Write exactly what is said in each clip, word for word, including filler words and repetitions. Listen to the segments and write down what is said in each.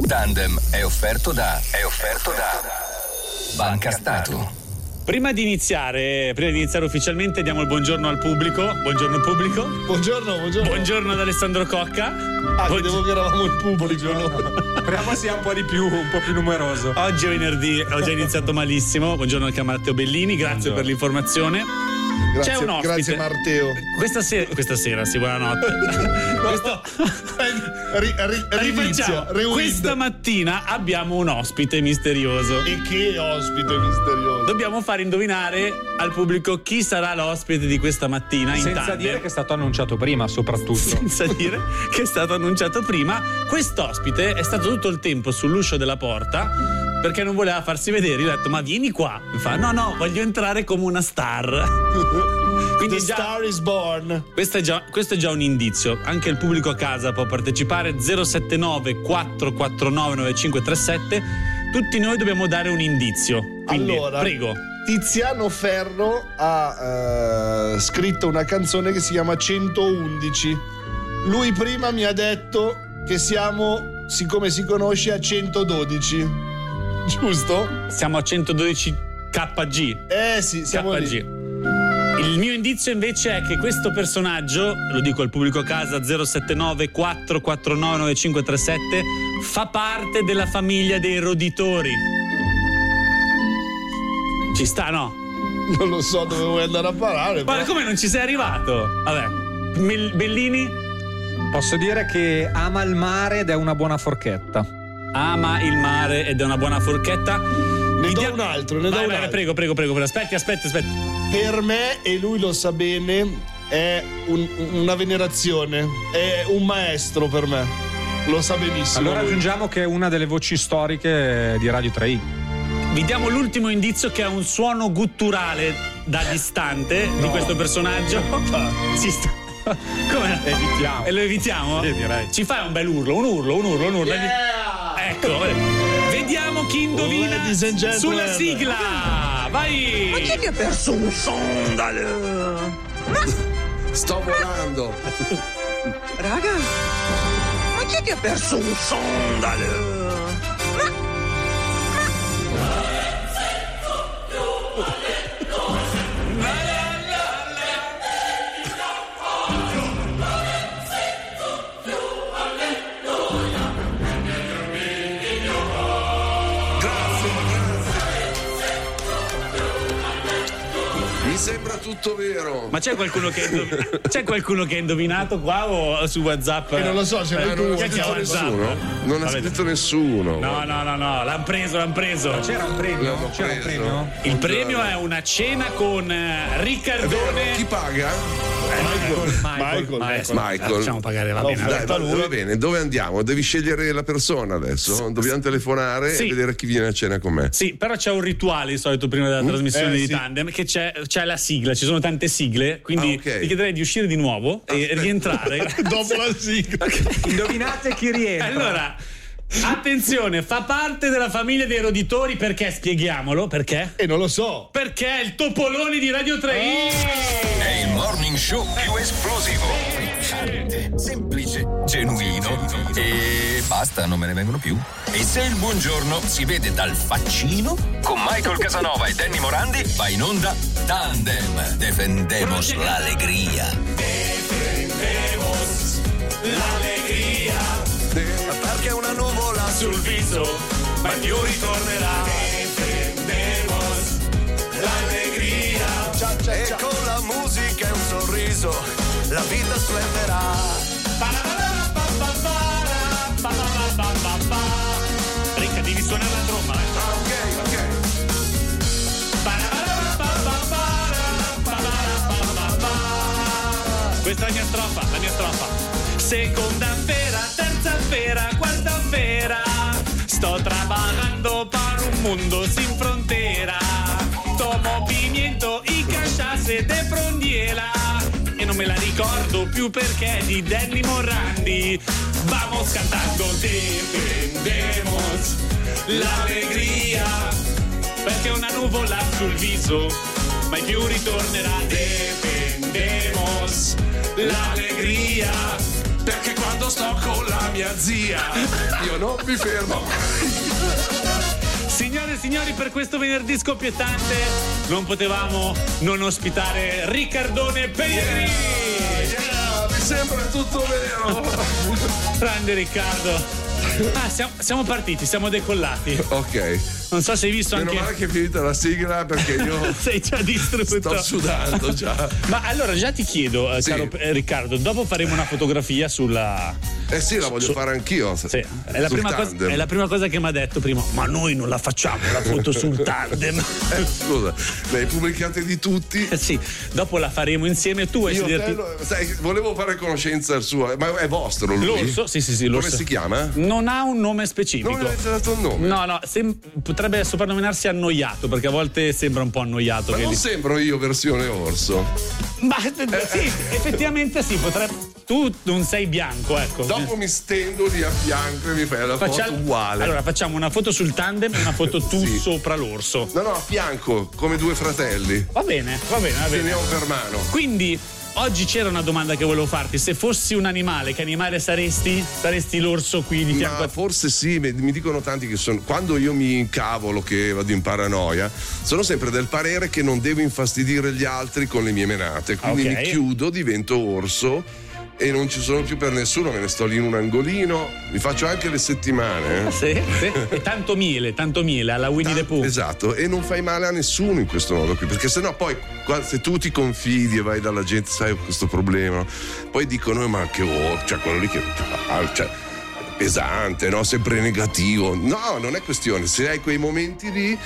Tandem è offerto da è offerto da Banca Stato. Prima di iniziare, prima di iniziare ufficialmente diamo il buongiorno al pubblico. Buongiorno pubblico. Buongiorno, buongiorno. Buongiorno ad Alessandro Cocca. Ah, credevo che eravamo il pubblico. No. Speriamo sia un po' di più, un po' più numeroso. Oggi è venerdì, ho già iniziato malissimo. Buongiorno anche a Matteo Bellini, grazie buongiorno. Per l'informazione. Grazie, c'è un ospite. Grazie Matteo. Questa sera, questa sera, sì, buonanotte. Questo... ri, ri, rinizio, questa mattina abbiamo un ospite misterioso. E che ospite misterioso? Dobbiamo fare indovinare al pubblico chi sarà l'ospite di questa mattina. In Senza tandem. dire che è stato annunciato prima, soprattutto. Senza dire che è stato annunciato prima. Quest'ospite è stato tutto il tempo sull'uscio della porta perché non voleva farsi vedere. Io ho detto: ma vieni qua. Mi fa: no no, voglio entrare come una star. Quindi The già, star is born. Questo è, già, questo è già un indizio. Anche il pubblico a casa può partecipare. Zero sette nove quattro quattro nove nove cinque tre sette. Tutti noi dobbiamo dare un indizio. Quindi, allora, prego. Tiziano Ferro ha uh, scritto una canzone che si chiama centoundici. Lui prima mi ha detto che siamo, siccome si conosce, a centododici. Giusto? Siamo a centododici K G. Eh sì, siamo K G. lì. Il mio indizio invece è che questo personaggio, lo dico al pubblico a casa, zero sette nove quattro quattro nove nove cinque tre sette, fa parte della famiglia dei roditori. Ci sta, no? Non lo so dove vuoi andare a parare. Ma come non ci sei arrivato? Vabbè. Mel- Bellini? Posso dire che ama il mare ed è una buona forchetta. Ama il mare ed è una buona forchetta. Ne do dia- un altro, ne vai, do un vai, altro. Prego, prego, prego, aspetti, aspetti, aspetti. Per me, e lui lo sa bene, è un, una venerazione, è un maestro per me. Lo sa benissimo. Allora lui. aggiungiamo che è una delle voci storiche di Radio tre i. Vi diamo l'ultimo indizio, che è un suono gutturale da distante no. di questo personaggio. Si sta... Come? Evitiamo. E lo evitiamo? Sì, direi. Ci fai un bel urlo, un urlo, un urlo, un urlo. Yeah! Ecco, vediamo chi indovina sulla sigla. Vai! Ma chi è che ha perso un sandalo? Sto volando. Raga, ma chi è che ha perso un sandalo? Mi sembra tutto vero. Ma c'è qualcuno che indov- c'è qualcuno che ha indovinato qua o su WhatsApp? Eh, non lo so, c'è Eh, non ha Chi è che ha scritto WhatsApp? nessuno. Non ha Vabbè. scritto nessuno. No, no, no, no, l'hanno preso, l'hanno preso. C'era un premio? L'hanno C'era un preso. premio? Il premio è una cena con eh, Riccardone. Chi paga? Michael, Michael. Michael, Maestro, Michael. Facciamo pagare, va No, bene. Dai, va, va bene, dove andiamo? Devi scegliere la persona adesso. Dobbiamo telefonare Sì. e vedere chi viene a cena con me. Sì, però c'è un rituale di solito prima della trasmissione Eh, di sì. Tandem, che c'è, c'è la sigla, ci sono tante sigle, quindi Ah, ok. ti chiederei di uscire di nuovo e Aspetta. rientrare. dopo la sigla. Indovinate chi rientra. Allora, attenzione, fa parte della famiglia dei roditori, perché? Spieghiamolo, perché? E non lo so. Perché è il Topoloni di Radio tre i. È il morning show più esplosivo, piccante, semplice, genuino e basta, non me ne vengono più. E se il buongiorno si vede dal faccino, con Michael Casanova e Danny Morandi va in onda Tandem. Defendemos l'alegria. Defendemos l'allegria. Perché una nuvola sul viso mai più ritornerà. Defendemos l'allegria. E con la musica e un sorriso la vita splenderà. Ricca, devi suonare la tromba, eh. Ah, ok, ok. Questa è la mia strofa, la mia strofa. Seconda fera, terza fera, quarta fera. Sto trabajando para un mundo sin frontera. Tomo pimiento y cachace de frondiera. E non me la ricordo più perché è di Danny Morandi. Vamos cantando, defendemos l'allegria. Perché una nuvola sul viso mai più ritornerà. Defendemos l'allegria. perché quando sto con la mia zia io non mi fermo. Signore e signori, per questo venerdì scoppiettante non potevamo non ospitare Riccardone Pellegrini. Yeah, yeah, mi sembra tutto vero. Grande Riccardo. Ah, siamo, siamo partiti, siamo decollati. Ok. Non so se hai visto Meno anche. male che è finita la sigla perché io sei già distrutto. sto sudando già. Ma allora già ti chiedo, eh, Sì. caro eh, Riccardo, dopo faremo una fotografia sulla. Eh sì, la voglio su- fare anch'io. Sì, è la, sul prima cosa, tandem. è la prima cosa che mi ha detto prima. Ma noi non la facciamo la foto sul tandem. Eh, scusa, le hai pubblicate di tutti. Eh sì, dopo la faremo insieme. Tu vuoi Io sederti. bello, sai, volevo fare conoscenza del suo, ma è vostro lui? L'orso? Sì, sì, sì, l'orso. Come si chiama? Non ha un nome specifico. Non mi avete dato un nome. No, no, sem- potrebbe soprannominarsi annoiato, perché a volte sembra un po' annoiato. Ma che non li- sembro io versione orso. Ma sì, effettivamente sì, potrebbe. Tu non sei bianco, ecco. Dopo mi stendo lì a fianco e mi fai la Facciamo- foto uguale. Allora facciamo una foto sul tandem e una foto tu Sì. sopra l'orso. No, no, a fianco, come due fratelli. Va bene, va bene, va bene. Teniamo per mano. Quindi oggi c'era una domanda che volevo farti. Se fossi un animale, che animale saresti? Saresti l'orso qui di fianco Ma a te? forse sì, mi mi dicono tanti che sono. Quando io mi incavolo, che vado in paranoia, sono sempre del parere che non devo infastidire gli altri con le mie menate. Quindi Ok. mi chiudo, divento orso e non ci sono più per nessuno, me ne sto lì in un angolino, mi faccio anche le settimane. Eh? Sì, sì. E tanto miele, tanto miele alla Winnie the Pooh. Esatto, e non fai male a nessuno in questo modo qui, perché sennò poi qua- se tu ti confidi e vai dalla gente, sai, ho questo problema, no? Poi dicono "Eh, ma che oh, cioè quello lì che ah, cioè, pesante, no? Sempre negativo". No, non è questione, se hai quei momenti lì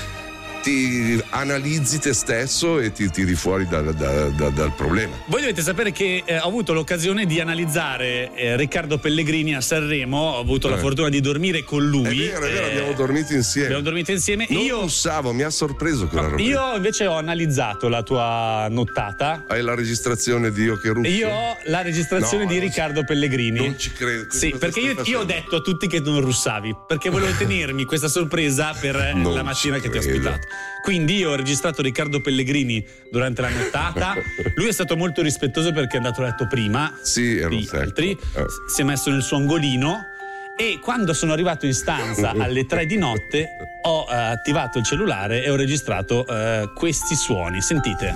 ti analizzi te stesso e ti tiri fuori da- da- da- dal problema. Voi dovete sapere che eh, ho avuto l'occasione di analizzare eh, Riccardo Pellegrini a Sanremo, ho avuto la Eh. fortuna di dormire con lui. È vero, è vero, eh, abbiamo dormito insieme. abbiamo dormito insieme. Non Io, russavo, mi ha sorpreso quella roba. io invece ho analizzato la tua nottata. Hai la registrazione di Io che russo? E io ho la registrazione No, di non Riccardo Pellegrini. Non ci credo. Sì, Cosa perché stai io, io ho facendo? detto a tutti che non russavi, perché volevo tenermi questa sorpresa per eh, Non la mattina ci che ti ho credo. ospitato. Quindi io ho registrato Riccardo Pellegrini durante la nottata. Lui è stato molto rispettoso perché è andato a letto prima Sì, ero di secco. altri, Eh. si è messo nel suo angolino e quando sono arrivato in stanza alle tre di notte ho eh, attivato il cellulare e ho registrato eh, questi suoni. Sentite.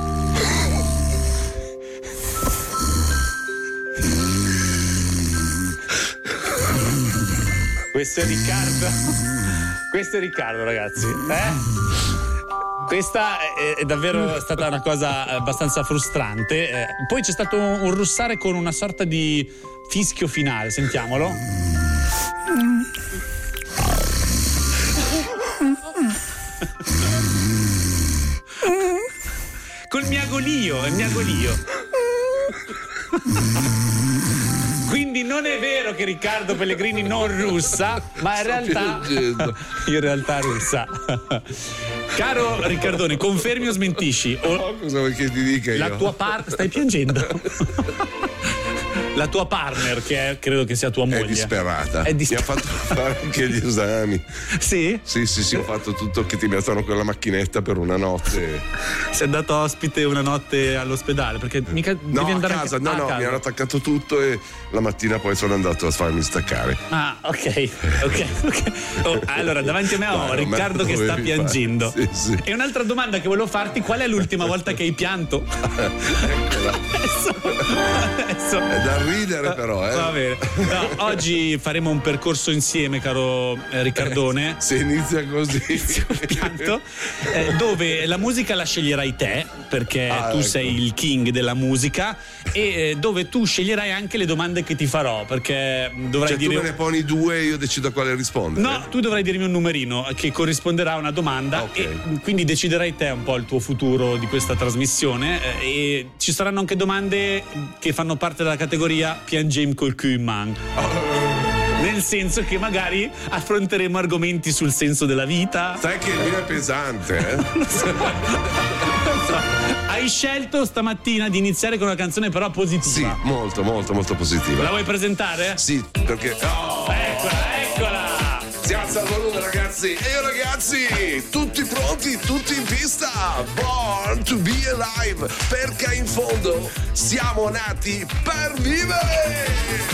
Questo è Riccardo. Questo è Riccardo, ragazzi. Eh? Questa è, è davvero stata una cosa abbastanza frustrante. Eh, poi c'è stato un, un russare con una sorta di fischio finale. Sentiamolo. Col miagolio, il miagolio. Quindi non è vero che Riccardo Pellegrini non russa, ma in realtà piangendo. in realtà russa. Caro Riccardone, confermi o smentisci? O Oh, cosa vuoi che ti dica io? la tua parte stai piangendo? La tua partner, che è- credo che sia tua moglie. È disperata. È Mi disperata. ha fatto fare anche gli esami. Sì? Sì, sì, sì, ho fatto tutto che ti mettono con la macchinetta per una notte. Sei andato ospite una notte all'ospedale perché mica No, devi a andare casa, anche- no, ah, a no, casa. mi hanno attaccato tutto e la mattina poi sono andato a farmi staccare. Ah, ok, ok, ok. Oh, allora, davanti a me ho Dai, non Riccardo me che lo sta dovevi piangendo. fare. Sì, sì. E un'altra domanda che volevo farti: qual è l'ultima volta che hai pianto? Eccola. Adesso, adesso. È da ridere però, eh. Va bene. No, oggi faremo un percorso insieme, caro eh, Riccardone. Se inizia così. Pianto, eh, dove la musica la sceglierai te, perché Ah, tu ecco. sei il king della musica, e eh, dove tu sceglierai anche le domande che ti farò, perché dovrai Cioè tu dire. me ne poni due e io decido a quale rispondere. No, tu dovrai dirmi un numerino che corrisponderà a una domanda. Ah, ok. E quindi deciderai te un po' il tuo futuro di questa trasmissione, eh, e ci saranno anche domande che fanno parte della categoria piangem col cul in man. Nel senso che magari affronteremo argomenti sul senso della vita. Sai che il mio è pesante, eh? Hai scelto stamattina di iniziare con una canzone però positiva. Sì, molto, molto, molto positiva. La vuoi presentare? Sì, perché. Oh, Eccola, eccola! si alza Alza il volume ragazzi. E io ragazzi, tutti pronti, tutti in pista. Born to be alive, perché in fondo siamo nati per vivere.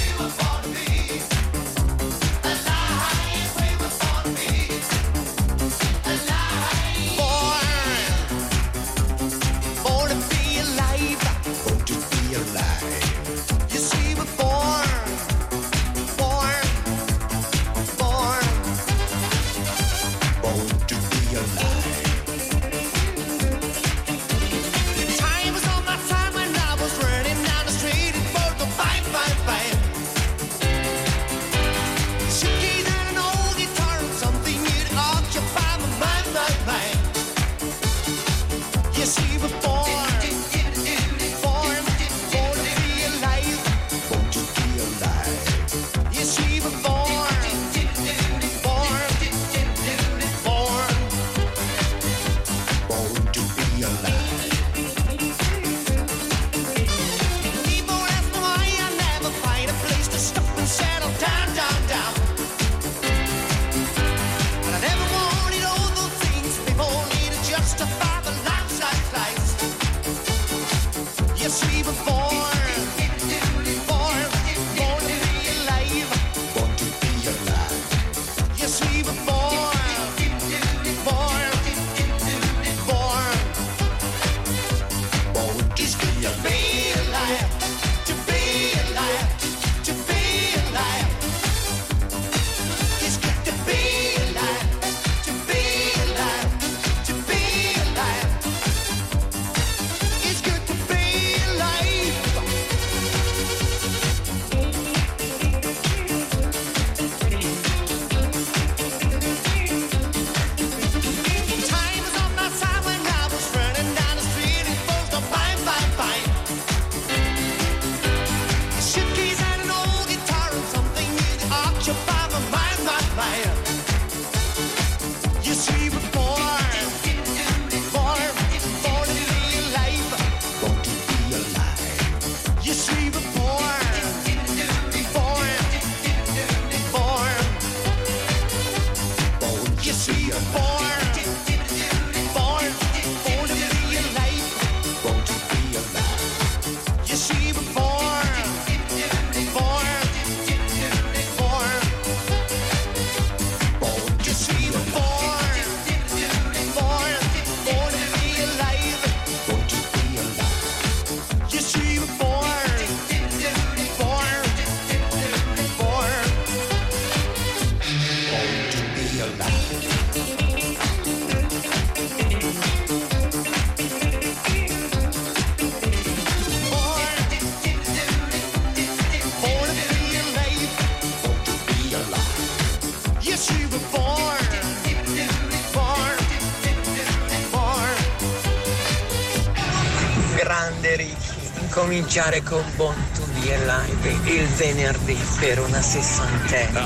Cominciare con Born to be Alive il venerdì per una sessantenna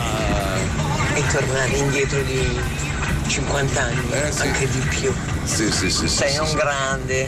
ah. e tornare indietro di cinquanta anni, eh, sì. anche di più. Sì, sì, sì. Sei sì, un sì. grande.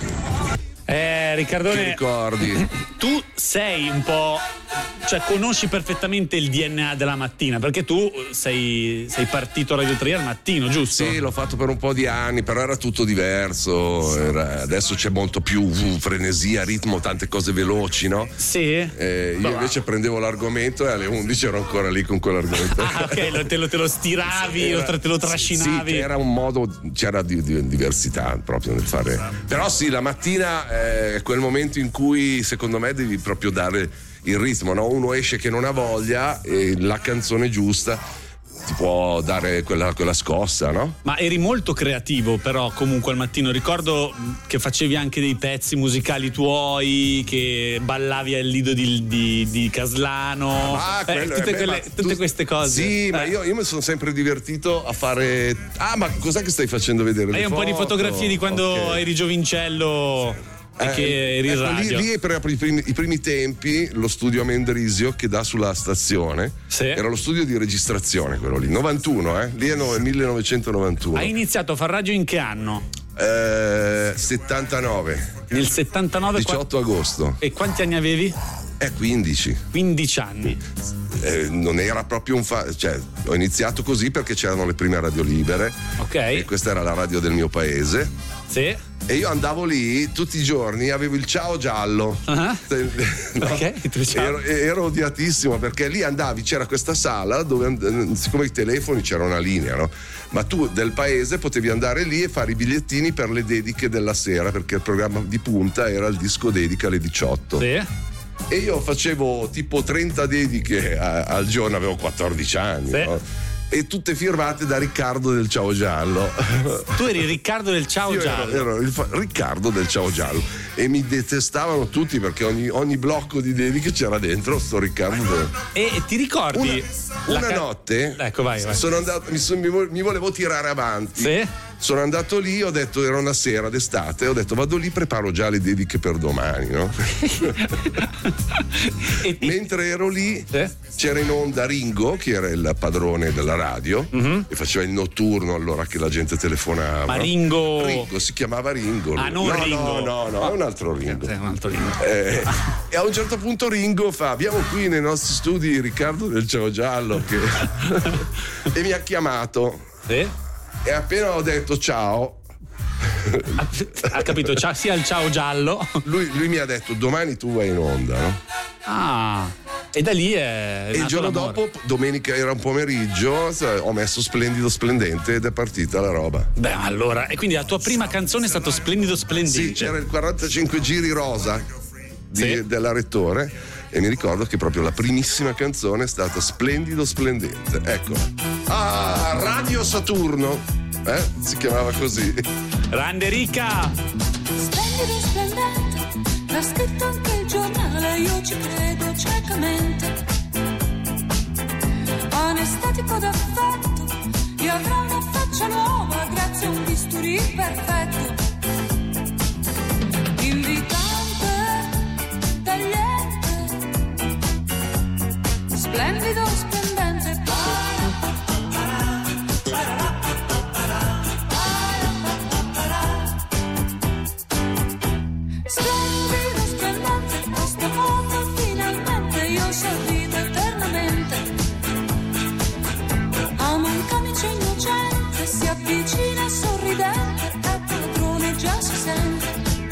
Eh, Riccardone, ti ricordi? Tu sei un po', cioè conosci perfettamente il D N A della mattina, perché tu sei, sei partito a Radio tre al mattino, giusto? Sì, l'ho fatto per un po' di anni, però era tutto diverso. Era, adesso c'è molto più uh, frenesia, ritmo, tante cose veloci, no? Sì. Eh, io invece prendevo l'argomento e alle undici ero ancora lì con quell'argomento. Ah, ok, te lo, te lo stiravi, era, te lo trascinavi. Sì, era un modo, c'era di, di, diversità proprio nel fare. Però sì, la mattina è eh, quel momento in cui secondo me devi proprio dare il ritmo, no? Uno esce che non ha voglia e la canzone giusta ti può dare quella, quella scossa, no? Ma eri molto creativo però comunque al mattino, ricordo che facevi anche dei pezzi musicali tuoi, che ballavi al lido di, di, di Caslano, ah, eh, tutte, beh, quelle, tutte tu, queste cose. Sì, eh. ma io, io mi sono sempre divertito a fare. Ah, ma cos'è che stai facendo vedere? Hai un foto? po' di fotografie di quando okay. eri giovincello. Eh, che eri in ecco, radio. Lì, lì per i primi, i primi tempi lo studio Mendrisio che dà sulla stazione, sì. Era lo studio di registrazione quello lì, novantuno, eh? Lì è no, millenovecentonovantuno. Hai iniziato a far radio in che anno? Eh, settantanove. Nel settantanove? diciotto agosto. E quanti anni avevi? Eh, quindici. quindici anni. Eh, non era proprio un fa- cioè ho iniziato così perché c'erano le prime radio libere. Ok. E questa era la radio del mio paese. Sì. E io andavo lì tutti i giorni, avevo il ciao giallo. Uh-huh. No? Ok, tu ciao. Ero, ero odiatissimo perché lì andavi, c'era questa sala dove, siccome i telefoni c'era una linea, no? Ma tu del paese potevi andare lì e fare i bigliettini per le dediche della sera, perché il programma di punta era il disco dedica alle diciotto. Sì. E io facevo tipo trenta dediche a, al giorno, avevo quattordici anni, sì. no? E tutte firmate da Riccardo del Ciao Giallo. Tu eri Riccardo del Ciao Io Giallo. ero, ero il fa- Riccardo del Ciao Giallo e mi detestavano tutti perché ogni, ogni blocco di dediche c'era dentro sto Riccardo del... E ti ricordi una, la una ca- notte ecco vai, vai. sono andato mi, son, mi, vo- mi volevo tirare avanti. Sì. Sono andato lì, ho detto, era una sera d'estate, ho detto vado lì, preparo già le dediche per domani, no? E ti- Mentre ero lì Sì. c'era in onda Ringo, che era il padrone della radio, Mhm. e faceva il notturno allora che la gente telefonava. Ma Ringo- Ringo, si chiamava Ringo. Ah, lui. non no, Ringo. no, no, no, è un altro Ringo. Sì, un altro Ringo. Eh, e a un certo punto Ringo fa: abbiamo qui nei nostri studi Riccardo del Ciao Giallo che... e mi ha chiamato. Sì. E appena ho detto ciao, Ha, ha capito, ciao, sia il Ciao Giallo. lui, lui mi ha detto domani tu vai in onda, no? Ah. E da lì è E il nato giorno l'amore. dopo, domenica era un pomeriggio, ho messo Splendido Splendente ed è partita la roba. Beh, allora, e quindi la tua prima canzone è stato Splendido Splendente. Sì, c'era il quarantacinque giri rosa di, Sì. della Rettore e mi ricordo che proprio la primissima canzone è stata Splendido Splendente. Ecco. Ah, Radio Saturno, eh? Si chiamava così. Grande Ricca! Splendido e splendente, l'ha scritto anche il giornale, io ci credo ciecamente. Anestetico d'affetto, io avrò una faccia nuova grazie a un bisturi perfetto. Invitante, tagliente, splendido, splendente. Splendido, splendente, questo mondo finalmente io sorrido eternamente. Amo un camice innocente, si avvicina sorridente, è padrone già si sente.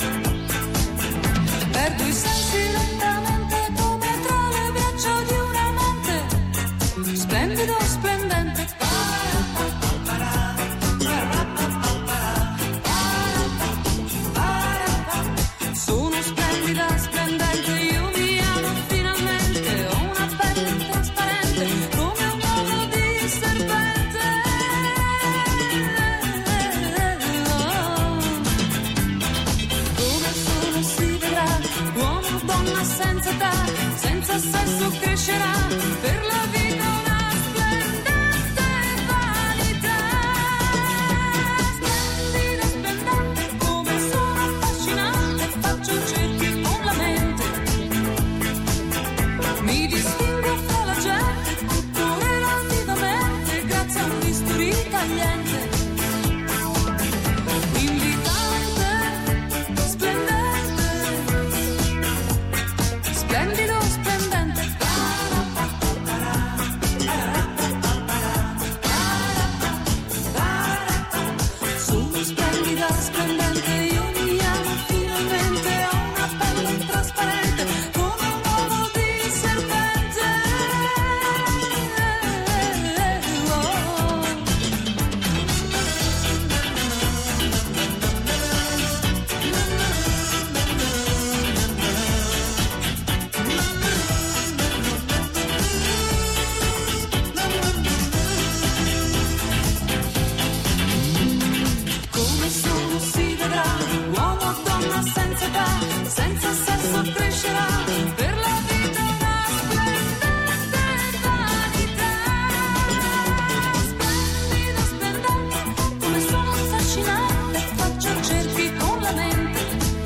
Perdo i sensi lentamente come tra le braccia di una mente. Splendido, splendente. Sono splendida, splendente, io mi amo finalmente. Ho una pelle trasparente come un uovo di serpente. Come sono si vedrà, uomo o donna senza età, senza sesso crescerà, per la vita una splendente vanità. Splendida, splendente, come sono affascinante, faccio cerchi con la mente. Mi distingo fra la gente, tutto relativamente, grazie a un bisturi tagliente. Invitante, splendente, splendido, splendente. Sono splendida, splendente, io mi amo finalmente. Ho una pelle trasparente come un uovo di serpente. Oh. Come sono si vedrà, uomo o donna senza età, senza sesso crescerà, per la vita una splendente vanità. Splendido, splendente, come sono affascinante, faccio cerchi con la mente.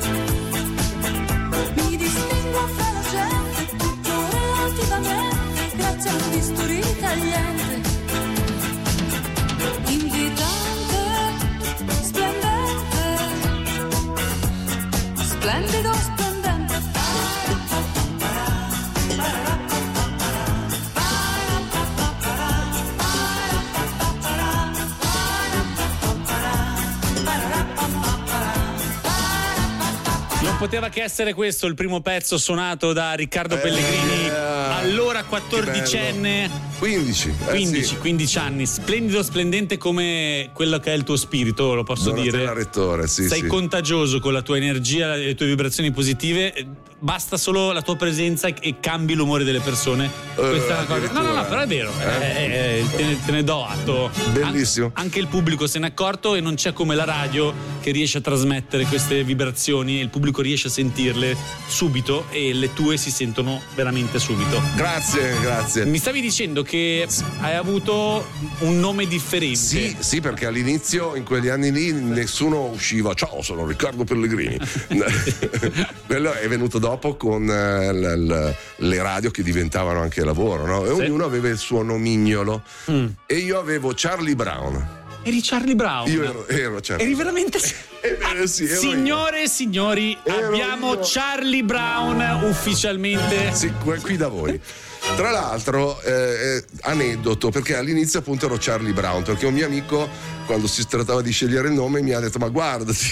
Mi distingo fra la gente, tutto relativamente, grazie a un bisturi tagliente. Invitante, splendente, splendido, splendente. poteva che essere questo il primo pezzo suonato da Riccardo Eh, Pellegrini, allora quattordicenne. quindici. Eh, quindici, sì. quindici anni, splendido, splendente come quello che è il tuo spirito, lo posso Donatella dire. Rettore, sì, Sei sì. contagioso con la tua energia, le tue vibrazioni positive. Basta solo la tua presenza e, e cambi l'umore delle persone. Questa è una cosa. No, no, no, però è vero. Eh, eh, te, ne, te ne do atto. Bellissimo. An- anche il pubblico se n'è accorto e non c'è come la radio che riesce a trasmettere queste vibrazioni e il pubblico riesce a sentirle subito e le tue si sentono veramente subito. Grazie, grazie. Mi stavi dicendo che hai avuto un nome differente. Sì, sì, perché all'inizio, in quegli anni lì, nessuno usciva. Ciao, sono Riccardo Pellegrini. Quello è venuto dopo con eh, l- l- le radio che diventavano anche lavoro, no? E Sì. ognuno aveva il suo nomignolo. Mm. E io avevo Charlie Brown. Eri Charlie Brown. Io ero, ero Charlie. Eri veramente. Ebbene sì, ero Signore e signori, Ero abbiamo io. Charlie Brown ufficialmente. io. Sì, qui qui da voi. Tra l'altro, eh, eh, aneddoto, perché all'inizio appunto ero Charlie Brown, perché un mio amico, quando si trattava di scegliere il nome, mi ha detto: ma guardati,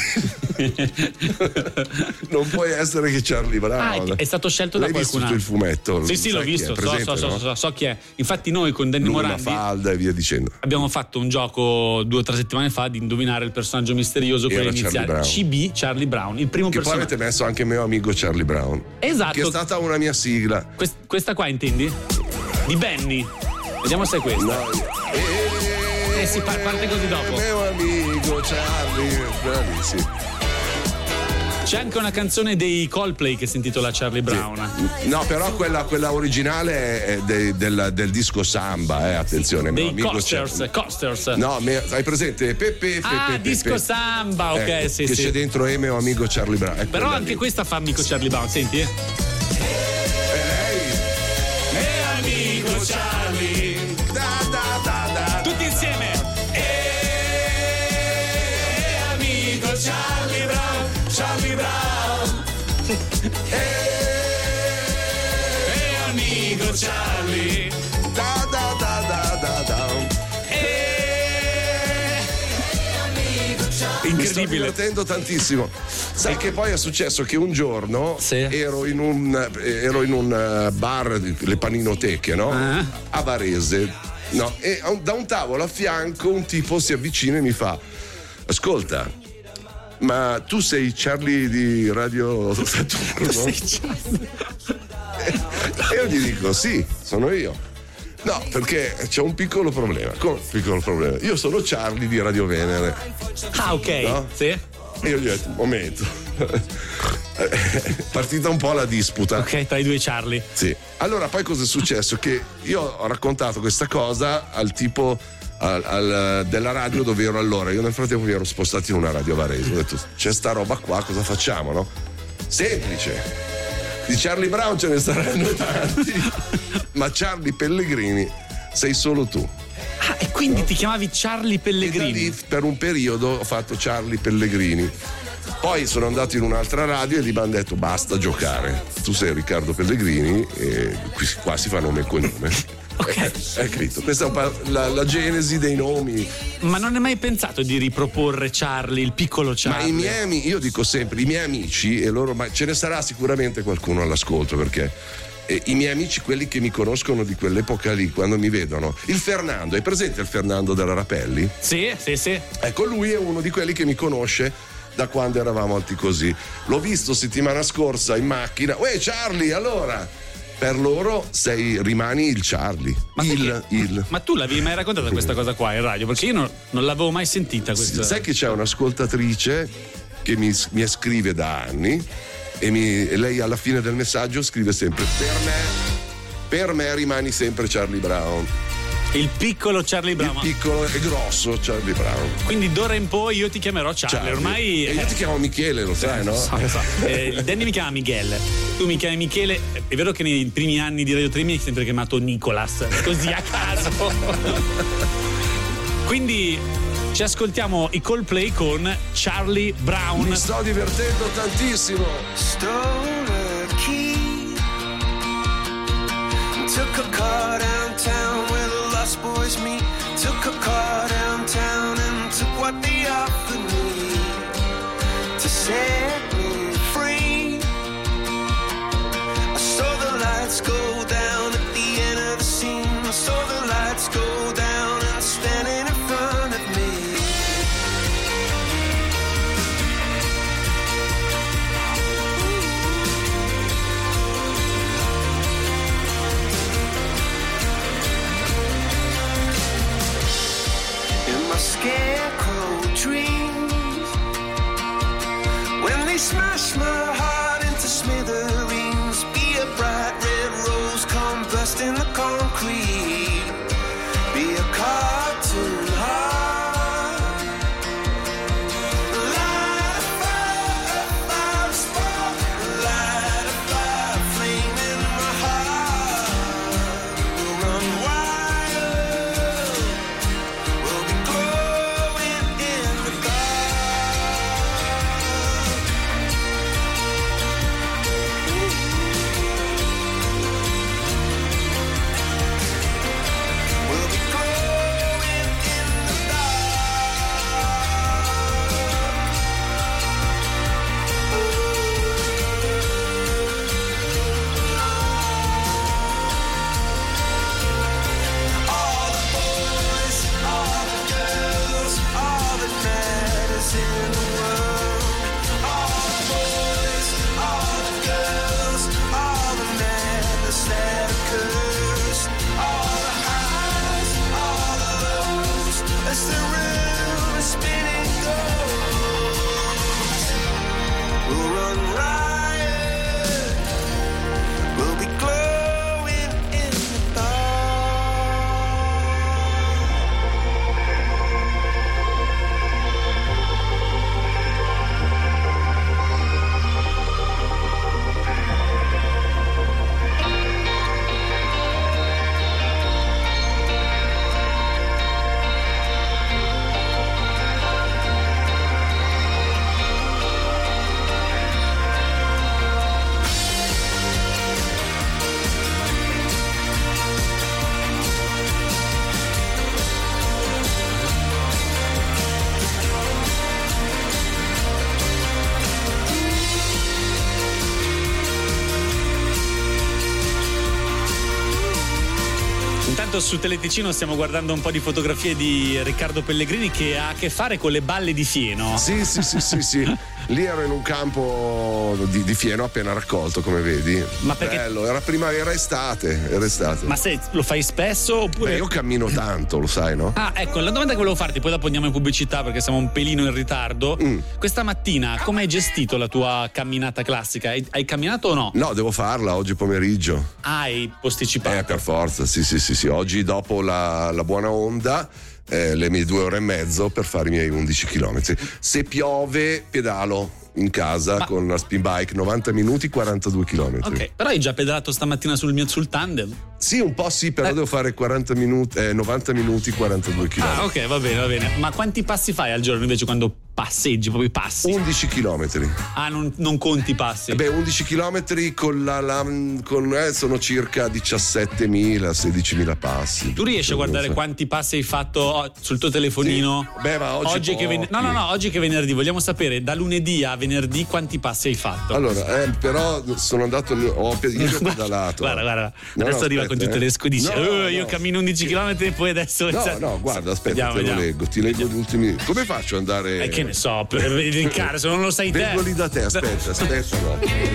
non puoi essere che Charlie Brown. Ah, è, è stato scelto L'hai da qualcun visto altro. il fumetto? Sì, sì, Sai l'ho chi è? visto. So, Presente, so, so, no? so, so chi è. Infatti, noi con Danny Lui, la Morandi falda e via dicendo. abbiamo fatto un gioco due o tre settimane fa di indovinare il personaggio misterioso con Era le iniziali Charlie C B, Charlie Brown, il primo Che poi personaggio. avete messo anche mio amico Charlie Brown. Esatto. Che è stata una mia sigla. Quest- questa qua intendi? Di Benny. Vediamo se è questa. No. Eh, si par- parte così dopo. Mio amico Charlie. Bravissimo. C'è anche una canzone dei Coldplay che si intitola Charlie Brown. No, però quella, quella originale è de- del, del disco Samba, eh, attenzione. mio Dei amico Costers, Charlie- Costers. No, me- hai presente? Pepe, Pepe, Ah, Pepe. disco Samba, ok, Ecco, sì, che sì. c'è dentro E mio amico Charlie Brown. È Però quella anche lì. questa fa amico Charlie Brown, senti? Eh? E lei? E amico Charlie. Da, da, da, da. Tutti insieme. E amico Charlie Brown, Charlie Brown. E amico Charlie. Da, da, da, da, da, da. Mi sto Incredibile. divertendo tantissimo. Sai che poi è successo che un giorno Sì. ero in un ero in un eh, bar, le paninoteche, no? Ah. A Varese. No, e a un- da un tavolo a fianco un tipo si avvicina e mi fa: ascolta, ma tu sei Charlie di Radio Saturno? E io gli dico: sì, sono io. No, perché c'è un piccolo problema. Come un piccolo problema? Io sono Charlie di Radio Venere. Ah, ok. No? Sì. E io gli ho detto: un momento. È partita un po' la disputa. Ok, tra i due Charlie. Sì. Allora poi cosa è successo? Che io ho raccontato questa cosa al tipo al, al- della radio dove ero allora. Io nel frattempo mi ero spostato in una radio a Varese. Ho detto: c'è sta roba qua, cosa facciamo, no? Semplice. Di Charlie Brown ce ne saranno tanti, ma Charlie Pellegrini sei solo tu. Ah, e quindi ti chiamavi Charlie E da Pellegrini. lì per un periodo ho fatto Charlie Pellegrini. Poi sono andato in un'altra radio e lì mi hanno detto: basta giocare, tu sei Riccardo Pellegrini e qui, qua si fa nome e cognome. Ok. È, è scritto. Questa è un po' la, la genesi dei nomi. Ma non hai mai pensato di riproporre Charlie, il piccolo Ma Charlie? i miei amici, io dico sempre, i miei amici, e loro, ma ce ne sarà sicuramente qualcuno all'ascolto, perché eh, i miei amici, quelli che mi conoscono di quell'epoca lì, quando mi vedono, il Fernando, hai presente il Fernando della Rapelli? Sì, sì, sì. Ecco, lui è uno di quelli che mi conosce da quando eravamo alti così. L'ho visto settimana scorsa in macchina. Uè Charlie, allora! Per loro sei, rimani il Charlie. Ma sai il, che- il. Ma tu l'avevi mai raccontata questa cosa qua in radio? Perché io non, non l'avevo mai sentita questa. Sai che c'è un'ascoltatrice che mi, mi scrive da anni e, mi, e lei alla fine del messaggio scrive sempre: per me, per me rimani sempre Charlie Brown. Il piccolo Charlie Brown. Il piccolo e grosso Charlie Brown. Quindi d'ora in poi io ti chiamerò Charlie. Charlie. Ormai. E io ti chiamo Michele, lo sai, no? Lo so, lo so. Eh, il Danny mi chiama Miguel. Tu mi chiami Michele. È vero che nei primi anni di Radio tre mi hai sempre chiamato Nicolas. Così a caso. Quindi ci ascoltiamo i Coldplay con Charlie Brown. Mi sto divertendo tantissimo. Stole a key. Took a car downtown where the lost boys meet. Took a car downtown and took what they offered me to set me free. scarecrow dreams. When they smash my heart into smithereens, be a bright red rose, come bursting the concrete. Be a cartoon heart. Su Teleticino stiamo guardando un po' di fotografie di Riccardo Pellegrini che ha a che fare con le balle di fieno. Sì, sì, sì, sì, sì. Lì ero in un campo di, di fieno appena raccolto, come vedi. Ma perché? Bello, era prima, era estate, era estate. Ma se lo fai spesso oppure? Beh, io cammino tanto, lo sai, no? Ah, ecco, la domanda che volevo farti, poi dopo andiamo in pubblicità perché siamo un pelino in ritardo. Mm. Questa mattina come hai gestito la tua camminata classica? Hai, hai camminato o no? No, devo farla oggi pomeriggio. Ah, hai posticipato? Eh, per forza, sì, sì, sì, sì. Oggi dopo la, la buona onda, eh, le mie due ore e mezzo per fare i miei undici chilometri. Se piove, pedalo in casa. Ma... con la spin bike, novanta minuti, quarantadue chilometri. Ok, però hai già pedalato stamattina sul mio sul tandem? Sì, un po' sì, però eh. devo fare quaranta minuti, eh, novanta minuti, quarantadue chilometri. Ah, ok, va bene, va bene. Ma quanti passi fai al giorno invece quando passeggi, proprio i passi? undici chilometri. Ah, non, non conti i passi? Eh beh, undici chilometri con la, la con, eh, sono circa diciassettemila, sedicimila passi. Tu riesci a guardare so. quanti passi hai fatto sul tuo telefonino? Sì. Beh, ma oggi, oggi che ven- No, no, no, oggi che è venerdì, vogliamo sapere da lunedì a venerdì quanti passi hai fatto. Allora, eh, però sono andato, ho pedalato. Guarda, guarda, no, adesso no, arriva aspetta, con tutte eh. le scudisce. No, oh, no, io no. cammino undici chilometri e poi adesso. No, no, guarda, aspetta, vediamo, te lo vediamo. leggo, ti leggo gli ultimi. Come faccio ad andare? Eh, che ne so, per verificare, se non lo sai te. Vengo lì da te, aspetta, aspetta. No.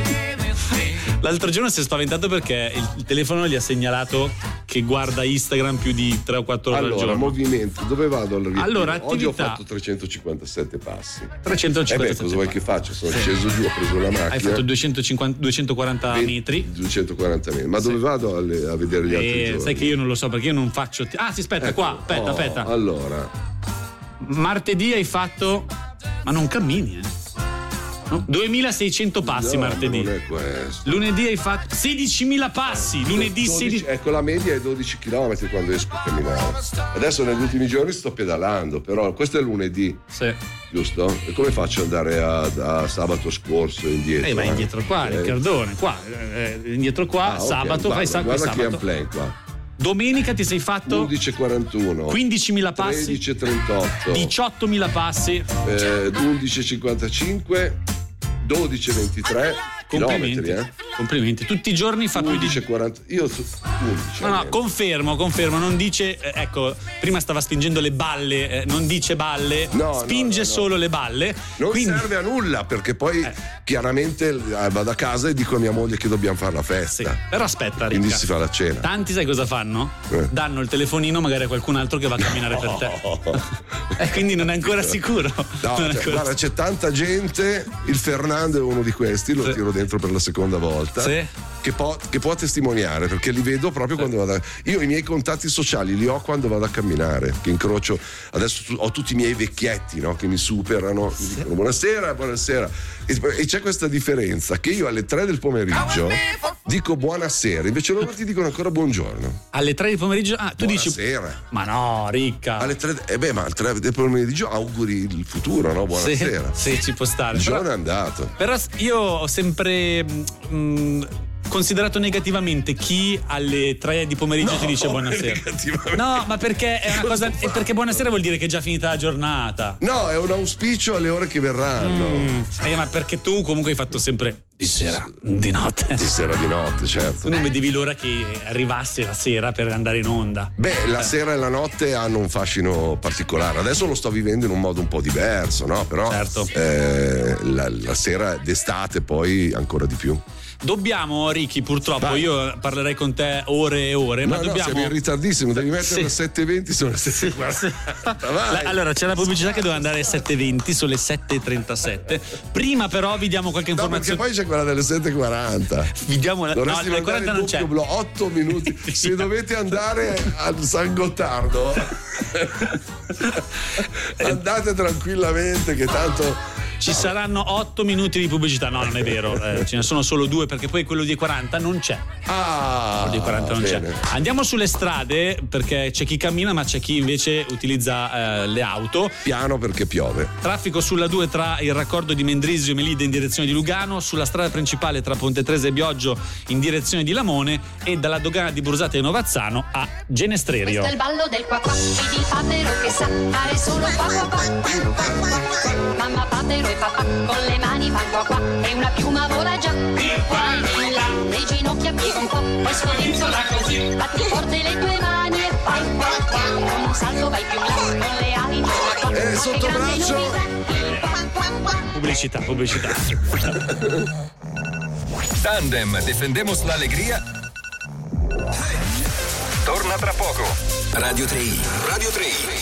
L'altro giorno si è spaventato perché il, il telefono gli ha segnalato che guarda Instagram più di tre o quattro ore allora, al giorno. Movimento, dove vado allora? Allora, attività... Oggi ho fatto trecentocinquantasette passi. trecentocinquantasette Eh beh, cosa vuoi passi. che faccio? Sono sì. sceso giù, ho preso la macchina. Hai fatto duecentocinquanta, duecentoquaranta venti, metri. duecentoquaranta metri. Ma sì. dove vado alle, a vedere gli altri eh, giorni? Sai che io non lo so perché io non faccio. Ah, sì, aspetta, ecco. qua, aspetta, oh, aspetta. Allora, martedì hai fatto. Ma non cammini, eh? No? duemilaseicento passi no, martedì. Non è questo. Lunedì hai fatto sedicimila passi. Lunedì dodici, sedici. Ecco, la media è dodici chilometri quando esco a camminare. Adesso negli ultimi giorni sto pedalando, però questo è lunedì. Sì. Giusto? E come faccio ad andare a, a sabato scorso indietro? Eh, vai indietro qua, eh? Riccardone, qua, eh, indietro qua, ah, okay, sabato, guarda, fai sacco guarda sabato. che è plan qua. Domenica ti sei fatto undici e quarantuno, quindicimila passi, tredici e trentotto, diciottomila passi, eh, undici e cinquantacinque, dodici e ventitré, Complimenti. Chilometri, eh? Complimenti. Tutti i giorni fa più di undici quaranta. Io su undici. No, no, almeno. confermo, confermo, non dice, eh, ecco, prima stava spingendo le balle, eh, non dice balle, No, spinge no, no, no. solo le balle. Non quindi... serve a nulla, perché poi Eh. chiaramente eh, vado a casa e dico a mia moglie che dobbiamo fare la festa. Sì, però aspetta, Quindi Ricca. si fa la cena. Tanti sai cosa fanno? Eh. Danno il telefonino magari a qualcun altro che va a camminare per te. E quindi non è ancora sicuro. No, Non è cioè, ancora guarda, c'è tanta gente, il Fernando è uno di questi, lo Sì. tiro dentro per la seconda volta, Sì. che, può, che può testimoniare, perché li vedo proprio quando vado a... Io i miei contatti sociali li ho quando vado a camminare, che incrocio, adesso tu- ho tutti i miei vecchietti, no, che mi superano, mi dicono buonasera, buonasera, e, e c'è questa differenza, che io alle tre del pomeriggio dico buonasera, invece loro ti dicono ancora buongiorno. Alle tre di pomeriggio. Ah, tu dici. Buonasera. Ma no, Ricca. Alle tre, eh beh, ma alle tre del pomeriggio auguri il futuro, no? Buonasera. Sì, sì, ci può stare. Il Però- giorno è andato. Però io ho sempre mh, considerato negativamente chi alle tre di pomeriggio No, ti dice buonasera. negativamente. No, ma perché è una Cosa cosa. fa? Perché buonasera vuol dire che è già finita la giornata. No, è un auspicio alle ore che verranno. Mm. Eh, ma perché tu comunque hai fatto sempre di sera, di notte. Di sera di notte, certo. Tu non vedevi l'ora che arrivasse la sera per andare in onda. Beh, la sera e la notte hanno un fascino particolare. Adesso lo sto vivendo in un modo un po' diverso, no? Però Certo. eh, la, la sera d'estate poi ancora di più. Dobbiamo, Ricky, purtroppo Vai. io parlerei con te ore e ore, No, ma no, dobbiamo. siamo in ritardissimo, devi mettere Sì. le sette e venti, sono le sette e quaranta. Vai. La- allora c'è la pubblicità che doveva andare alle sette e venti, sono le sette e trentasette. Prima però vi diamo qualche No, perché informazione. poi c'è quella delle sette e quaranta. Vi diamo la... No, Dovresti alle mandare quaranta il non c'è. doppio blocco, otto minuti. Se dovete andare al San Gottardo, andate tranquillamente, che tanto. Ci saranno otto minuti di pubblicità. No, non è vero, eh, ce ne sono solo due perché poi quello di quaranta non c'è. Ah, Quello di quaranta non bene. c'è. Andiamo sulle strade perché c'è chi cammina ma c'è chi invece utilizza eh, le auto. Piano perché piove. Traffico sulla due tra il raccordo di Mendrisio e Melide in direzione di Lugano, sulla strada principale tra Ponte Tresa e Bioggio in direzione di Lamone e dalla dogana di Brusate e Novazzano a Genestrerio. Questo è il ballo del qua qua, vedi il papero che sa fare solo qua qua qua. Mamma papero e papà con le mani fan qua qua e una piuma vola già di qua e di là. Le ginocchia piega un po', poi scodinzola così. Batti forte le tue mani e fai qua qua. Con un salto vai più là, con le ali torna qua. Eh, Ma che sotto grande braccio. novità. Pubblicità, pubblicità. Tandem, defendemos la alegría. Torna tra poco. Radio tre i. Radio tre i.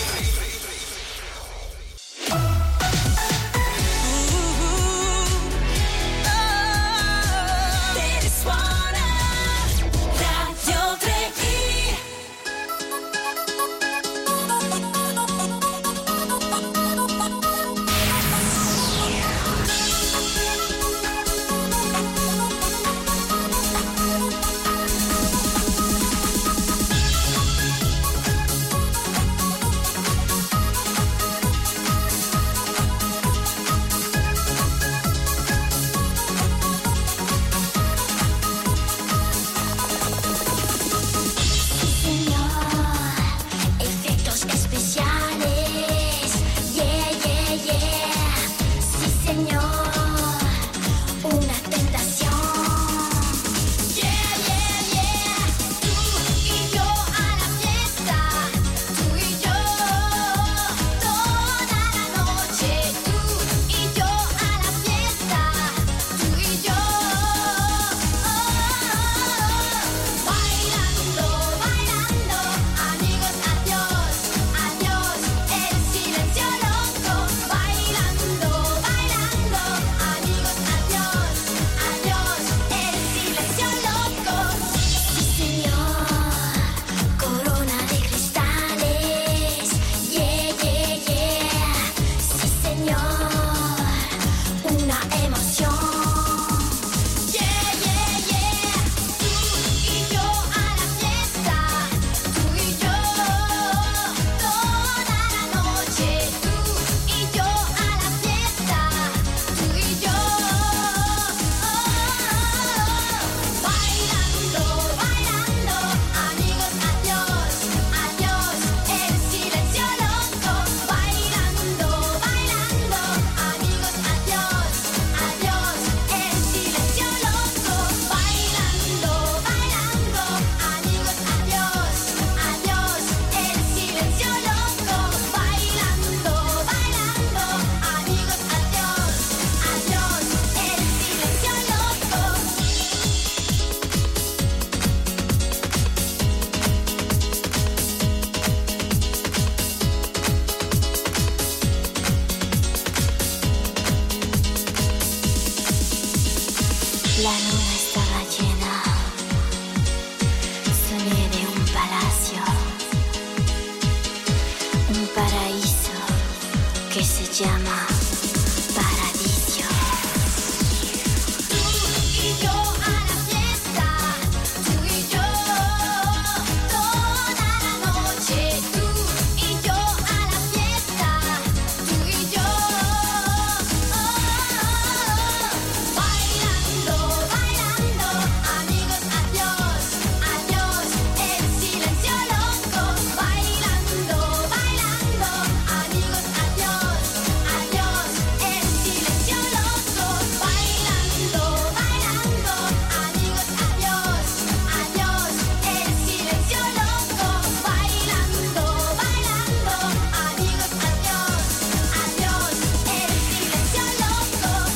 La luna estaba llena. Soñé de un palacio, un paraíso que se llama Paradiso. Tú y yo a la fiesta, tú y yo toda la noche. Tú y yo a la fiesta, tú y yo bailando, bailando, amigos, adiós, adiós, el silencio loco. Bailando, bailando, amigos, adiós, adiós, el silencio loco. Bailando, bailando, amigos, adiós, adiós, el silencio loco. Bailando, bailando, amigos, adiós, adiós, el silencio loco.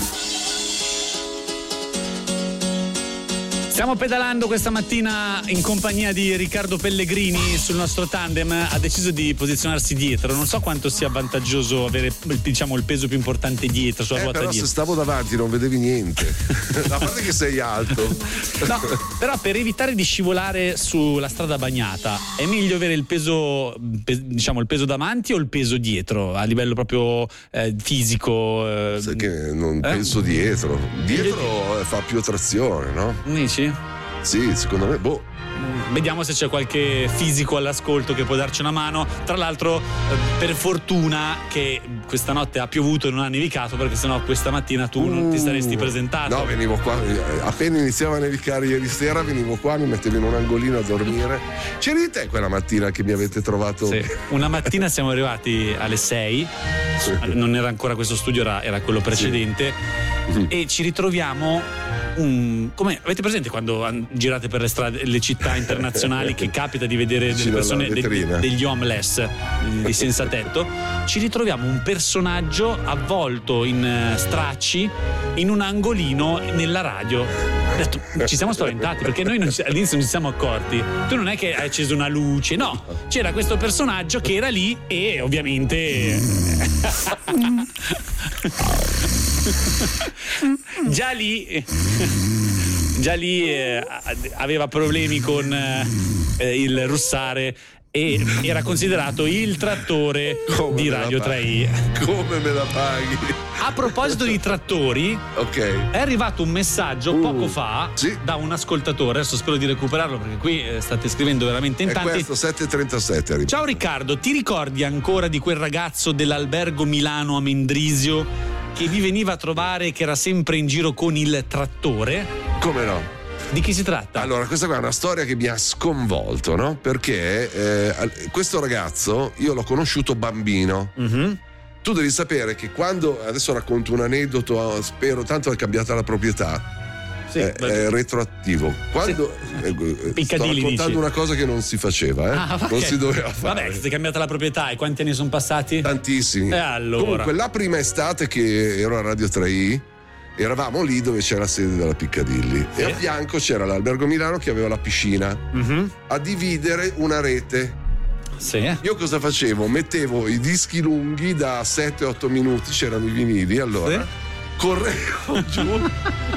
Stiamo pedalando questa mattina in compagnia di Riccardo Pellegrini sul nostro tandem. Ha deciso di posizionarsi dietro. Non so quanto sia vantaggioso avere, diciamo, il peso più importante dietro, sulla Eh, ruota però dietro. se stavo davanti non vedevi niente. A parte che sei alto. No, però per evitare di scivolare sulla strada bagnata è meglio avere il peso, pe- diciamo il peso davanti o il peso dietro a livello proprio eh, fisico? Eh, Sai che non eh? penso dietro. Dietro eh, fa più attrazione, no? Dici? Sì, secondo me, boh. Vediamo se c'è qualche fisico all'ascolto che può darci una mano. Tra l'altro, eh, per fortuna che questa notte ha piovuto e non ha nevicato, perché sennò questa mattina tu non ti saresti presentato. No, venivo qua, eh, appena iniziava a nevicare ieri sera, venivo qua, mi mettevo in un angolino a dormire. C'eri te quella mattina che mi avete trovato? Sì. Una mattina siamo arrivati alle sei, non era ancora questo studio, era, era quello precedente, sì. E ci ritroviamo. Un, come avete presente quando an- girate per le strade, le città internazionali, che capita di vedere delle Vicino alla persone, de- vetrina. degli homeless, di senza tetto? Ci ritroviamo un personaggio avvolto in eh, stracci in un angolino nella radio. Ho detto, ci siamo spaventati perché noi non ci- all'inizio non ci siamo accorti. Tu non è che hai acceso una luce, no, c'era questo personaggio che era lì e ovviamente già lì già lì eh, aveva problemi con eh, il russare e era considerato il trattore Come di me la Radio tre paghi? i. Come me la paghi? A proposito di trattori, ok, è arrivato un messaggio Uh, poco fa sì. da un ascoltatore. Adesso spero di recuperarlo perché qui eh, state scrivendo veramente in È tanti. questo, sette e trentasette. arriva. Ciao Riccardo, ti ricordi ancora di quel ragazzo dell'albergo Milano a Mendrisio che vi veniva a trovare e che era sempre in giro con il trattore? Come no? Di chi si tratta? Allora, questa qua è una storia che mi ha sconvolto, no? Perché eh, questo ragazzo io l'ho conosciuto bambino. Mm-hmm. Tu devi sapere che quando, adesso racconto un aneddoto, spero, tanto è cambiata la proprietà, Sì, è, beh. è retroattivo. Quando eh, sto Piccadilly, raccontando dici? una cosa che non si faceva, eh? Ah, ok. Non si doveva fare. Vabbè, si è cambiata la proprietà e quanti anni sono passati? Tantissimi. E allora? Comunque, la prima estate che ero a Radio tre i, eravamo lì dove c'era la sede della Piccadilly, Sì. e a fianco c'era l'Albergo Milano che aveva la piscina, Mm-hmm. a dividere una rete. Sì. Io cosa facevo? Mettevo i dischi lunghi da sette otto minuti, c'erano i vinili, allora Sì. correvo giù,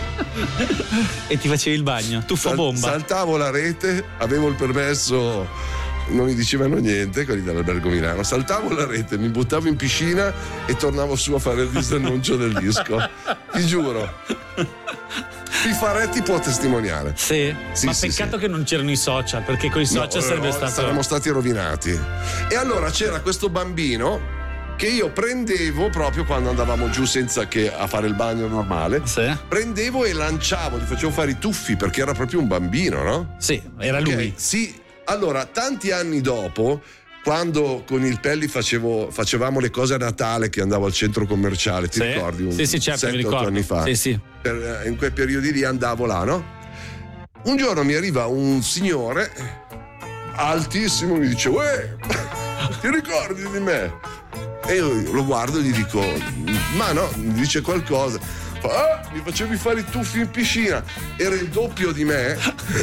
E ti facevi il bagno, tuffo sal- bomba. saltavo la rete, avevo il permesso, non mi dicevano niente quelli dell'Albergo Milano, saltavo la rete, mi buttavo in piscina e tornavo su a fare il disannuncio del disco. Ti giuro. Pifaretti può testimoniare. Sì, Sì, ma sì, peccato sì. che non c'erano i social, perché con i social No, sarebbe no, stato. saremmo stati rovinati. E allora c'era questo bambino che io prendevo proprio quando andavamo giù senza che a fare il bagno normale. Sì. Prendevo e lanciavo, gli facevo fare i tuffi perché era proprio un bambino, no? Sì, era Ok, lui. Sì. Allora, tanti anni dopo, quando con il Pelli facevo, facevamo le cose a Natale, che andavo al centro commerciale, ti Sì. ricordi? Un Sì, sì, certo, mi sette otto ricordo. anni fa. Sì, sì. Per- in quei periodi lì andavo là, no? Un giorno mi arriva un signore altissimo, mi dice: uè, ti ricordi di me? E io lo guardo e gli dico: ma no, mi dice qualcosa. Fa, ah, mi facevi fare i tuffi in piscina. Era il doppio di me.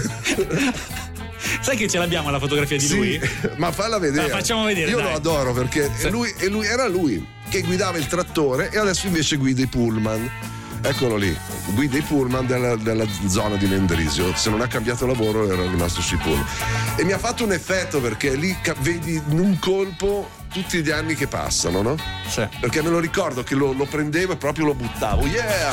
Sai che ce l'abbiamo la fotografia di Sì, lui? ma falla vedere. La facciamo vedere, Io dai. lo adoro perché Sì. lui, e lui era lui che guidava il trattore e adesso invece guida i pullman. Eccolo lì, guida i pullman della, della zona di Mendrisio. Se non ha cambiato lavoro era rimasto sui pullman. E mi ha fatto un effetto perché lì ca- vedi in un colpo tutti gli anni che passano, no? Sì. Perché me lo ricordo che lo, lo prendevo e proprio lo buttavo. Yeah!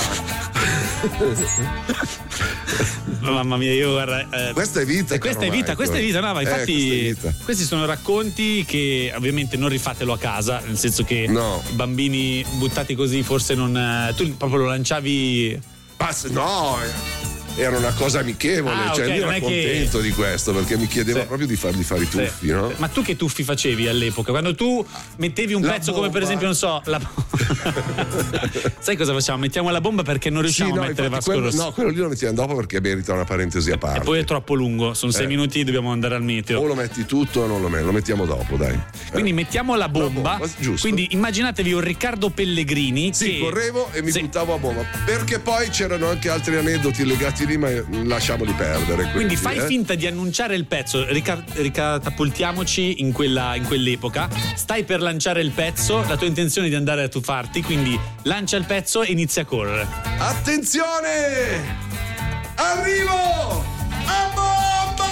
Mamma mia, io guarda. Eh, questa è vita. eh, questa è ormai, vita, questa è vita, no, ma eh, infatti questa è vita. questi sono racconti che ovviamente non rifatelo a casa, nel senso che No. i bambini buttati così forse non. eh, Tu proprio lo lanciavi. Ah, se- no, era una cosa amichevole, Ah, cioè ok, lui non era è che- contento di questo perché mi chiedeva Sì. proprio di fargli fare i tuffi, Sì. no? Ma tu che tuffi facevi all'epoca? Quando tu mettevi un La pezzo come per bomba. esempio, non so, la sai cosa facciamo? Mettiamo la bomba perché non riusciamo Sì, no, a mettere infatti Vasco quello, Rossi. no, quello lì lo mettiamo dopo perché merita una parentesi a parte. E poi è troppo lungo, sono sei Eh. minuti, dobbiamo andare al meteo. O lo metti tutto o non lo metti, lo mettiamo dopo, dai. Quindi mettiamo la bomba. bomba, giusto. Quindi immaginatevi un Riccardo Pellegrini Sì, che correvo e mi Sì. buttavo a bomba. Perché poi c'erano anche altri aneddoti legati lì, ma lasciamoli perdere. Quindi fai eh. finta di annunciare il pezzo, rica- ricatapultiamoci in, quella, in quell'epoca, stai per lanciare il pezzo, la tua intenzione è di andare a tuffarti, quindi lancia il pezzo e inizia a correre. Attenzione! Arrivo! A bomba!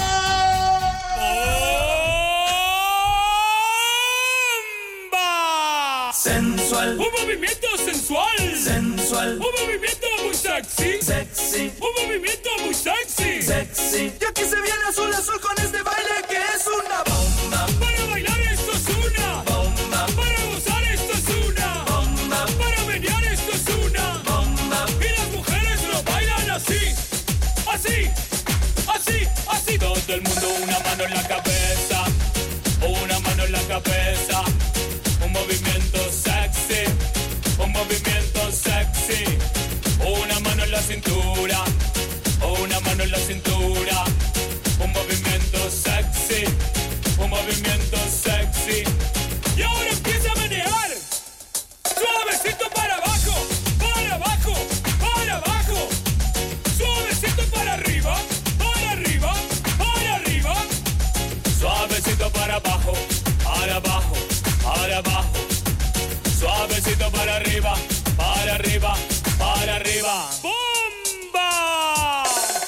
Sensual, Un movimiento sensual. sensual, Un movimiento muy sexy. sexy, Un movimiento muy sexy. sexy. Y aquí se viene azul azul con este baile que es una bomba, Para bailar esto es una. bomba, Para gozar esto es una. bomba, Para menear esto es una. bomba. Y las mujeres lo bailan así. Así. Así. Así. Todo el mundo una mano en la cabeza. Una mano en la cabeza. Un movimiento sexy. Un movimiento sexy. Una mano en la cintura. Una mano en la cintura. Un movimiento sexy. Un movimiento sexy. Y ahora empieza a menear. Suavecito para abajo. Para abajo. Para abajo. Suavecito para arriba. Para arriba. Para arriba. Suavecito para abajo. Para abajo. Para abajo. Suavecito para arriba. Para arriba. Para arriba. ¡Bomba!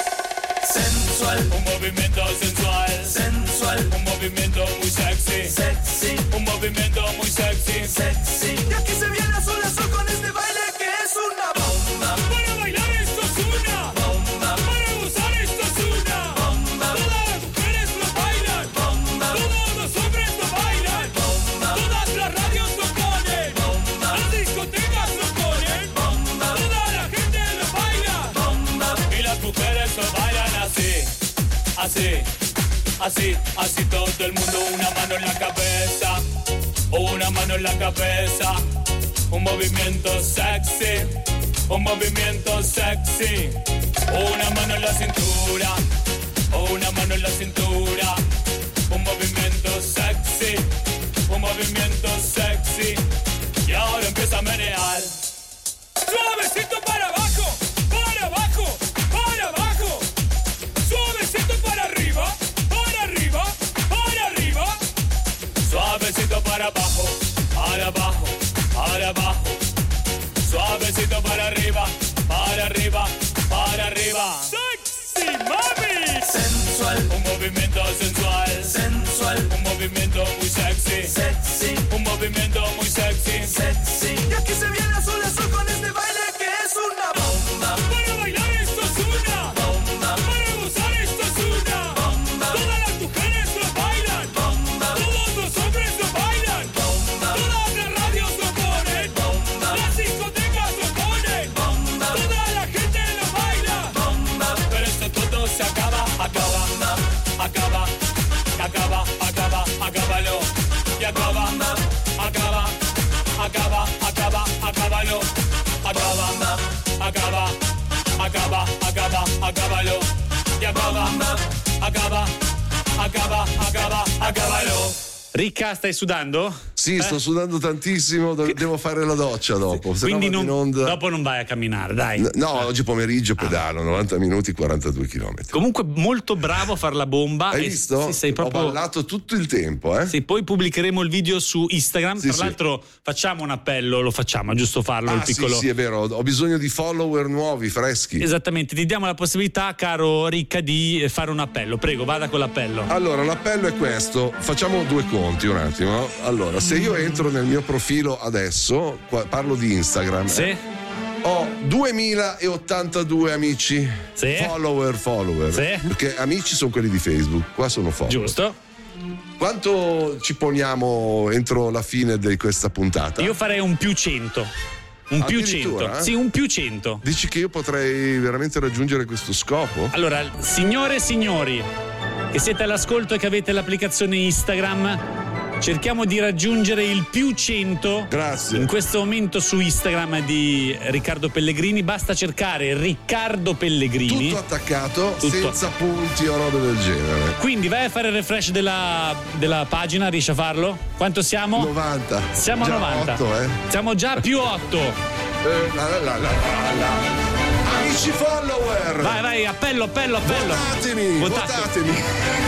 Sensual, Un movimiento sensual. sensual, Un movimiento muy sexy. sexy, Un movimiento muy sexy. sexy. Y aquí se viene azul azul con este baile que es una bomba, Para bailar esto es una. bomba, Para gozar esto es una. bomba, Todas las mujeres lo bailan. bomba, Todos los hombres lo bailan. bomba, Todas las radios lo ponen. bomba, Las discotecas lo ponen. bomba, Toda la gente lo baila. bomba. Y las mujeres lo bailan así. Así. Así. Así todo el mundo. Una mano en la cabeza. Una mano en la cabeza. Un movimiento sexy. Un movimiento sexy. Una mano en la cintura. Una mano en la cintura. Un movimiento sexy. Un movimiento sexy. Y ahora empieza a menear. Suavecito para abajo. Para abajo. Para abajo. Suavecito para arriba. Para arriba. Para arriba. Suavecito para abajo. Para abajo. Para abajo. Suavecito para arriba. Para arriba. Para arriba. ¡Sexy, mami! Sensual, Un movimiento sensual. sensual, Un movimiento muy sexy. sexy, Un movimiento muy sexy. sexy. Y aquí se viene azul azul con este baile que es una bomba, Para bailar esto es una. bomba, Para gozar esto es una. bomba, Todas las mujeres lo bailan. bomba, Todos los hombres lo bailan. bomba, Todas las radios lo ponen. bomba, Las discotecas lo ponen. bomba, Toda la gente lo baila. bomba, Pero esto todo se acaba, acaba, acaba, acaba, acaba, acábalo. Y acaba, acaba, acaba, acaba, acábalo. Acaba, acaba, acaba, acaba, acábalo. Y acaba, acaba, acaba, acaba, acábalo. Ricca, stai sudando? Sì, eh? sto sudando tantissimo, do- devo fare la doccia dopo. Se Quindi no non, vado in onda- dopo non vai a camminare, dai. N- No, oggi pomeriggio pedalo, novanta minuti, quarantadue chilometri. Comunque molto bravo a far la bomba. Hai e visto? Sì, sei proprio... Ho ballato tutto il tempo, eh? Sì, poi pubblicheremo il video su Instagram. Sì, Tra sì. l'altro facciamo un appello, lo facciamo, è giusto farlo, il Ah, piccolo. sì, sì, è vero, ho bisogno di follower nuovi, freschi. Esattamente, ti diamo la possibilità, caro Ricca, di fare un appello. Prego, vada con l'appello. Allora, l'appello è questo, facciamo due conti un attimo. Allora, se io entro nel mio profilo adesso, qua- parlo di Instagram, Sì. eh, ho duemilaottantadue amici, Sì. follower, follower, Sì. perché amici sono quelli di Facebook, qua sono follower. Giusto. Quanto ci poniamo entro la fine di questa puntata? Io farei un più cento. Un più Addirittura, cento. eh? Sì, un più cento. Dici che io potrei veramente raggiungere questo scopo? Allora, signore e signori, che siete all'ascolto e che avete l'applicazione Instagram, cerchiamo di raggiungere il più cento. Grazie. In questo momento su Instagram di Riccardo Pellegrini. Basta cercare Riccardo Pellegrini. Tutto attaccato, Tutto. senza punti o robe del genere. Quindi vai a fare il refresh della, della pagina, riesci a farlo? Quanto siamo? novanta. Siamo Già a novanta. otto, eh. Siamo già più otto. Eh, la, la, la, la, la. Amici follower! Vai, vai, appello, appello, appello. Votatemi, Votate. votatemi.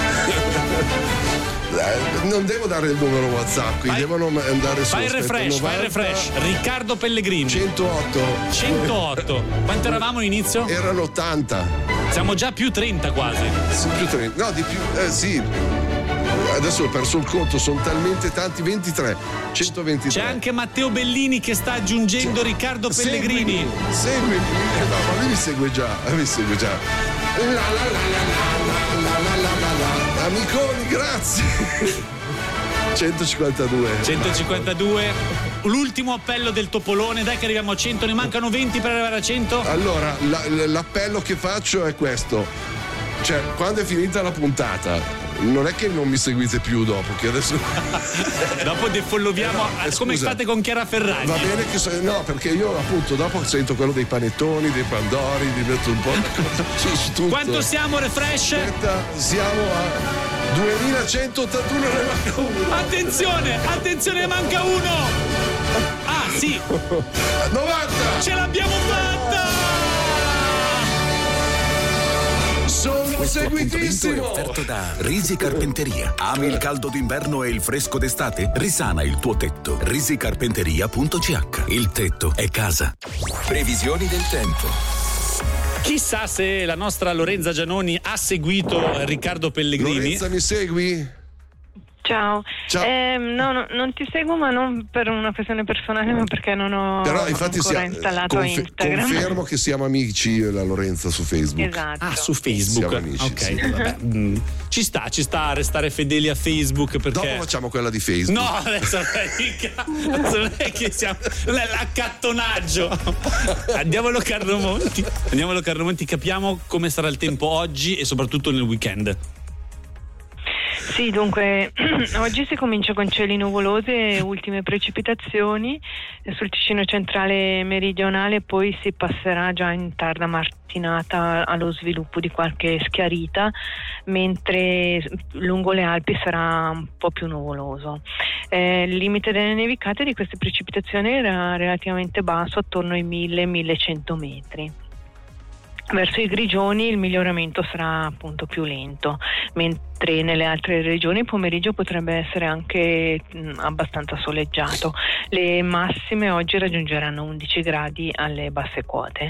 Eh, non devo dare il numero WhatsApp, qui Vai. devono andare su. Fai il aspetta, refresh, fai il novanta, refresh. Riccardo Pellegrini. centootto. centootto. Quanto eravamo all'inizio? Erano ottanta. Siamo già più trenta quasi. Sì, più trenta. No, di più. Eh sì. Adesso ho perso il conto, sono talmente tanti. ventitré. centoventitré. C'è anche Matteo Bellini che sta aggiungendo Riccardo Pellegrini. Seguimi, seguimi. Eh, no, ma lui mi segue già, eh, mi segue già. La, la, la, la, la, la, la, la, la, la. Amiconi, grazie. centocinquantadue. centocinquantadue. L'ultimo appello del Topolone, dai che arriviamo a cento, ne mancano venti per arrivare a cento. Allora, la- l'appello che faccio è questo. Cioè, quando è finita la puntata, non è che non mi seguite più dopo, che adesso. Dopo defolloviamo Eh, come scusa. fate con Chiara Ferragni. Va bene che so- no, perché io appunto dopo sento quello dei panettoni, dei pandori, di metto un po' su, su tutto. Quanto siamo, refresh? Aspetta, siamo a duemilacentottantuno, ne manca uno. Attenzione, attenzione, ne manca uno. Ah, sì, novanta! ce l'abbiamo fatta! Sono Questo appuntamento è seguitissimo! offerto da Risi Carpenteria. Ami il caldo d'inverno e il fresco d'estate? Risana il tuo tetto. risicarpenteria punto c h. Il tetto è casa. Previsioni del tempo. Chissà se la nostra Lorenza Giannoni ha seguito Riccardo Pellegrini. Lorenza, mi segui? Ciao, Ciao. Eh, no, no, non ti seguo, ma non per una questione personale, ma perché non ho Però infatti ancora sia- installato confe- Instagram. confermo che siamo amici io e la Lorenza su Facebook. Esatto. Ah, su Facebook. Siamo amici, ok, sì. vabbè. Mm, ci sta, ci sta a restare fedeli a Facebook perché. Dopo facciamo quella di Facebook. No, adesso, adesso non è che siamo. Non è l'accattonaggio. Andiamolo Carlo Monti. Andiamolo Carlo Monti, capiamo come sarà il tempo oggi e soprattutto nel weekend. Sì, dunque, oggi si comincia con cieli nuvolosi e ultime precipitazioni sul Ticino centrale meridionale, poi si passerà già in tarda mattinata allo sviluppo di qualche schiarita, mentre lungo le Alpi sarà un po' più nuvoloso. Eh, il limite delle nevicate di queste precipitazioni era relativamente basso, attorno ai mille millecento metri. Verso i Grigioni il miglioramento sarà appunto più lento, mentre nelle altre regioni il pomeriggio potrebbe essere anche mh, abbastanza soleggiato. Le massime oggi raggiungeranno undici gradi alle basse quote.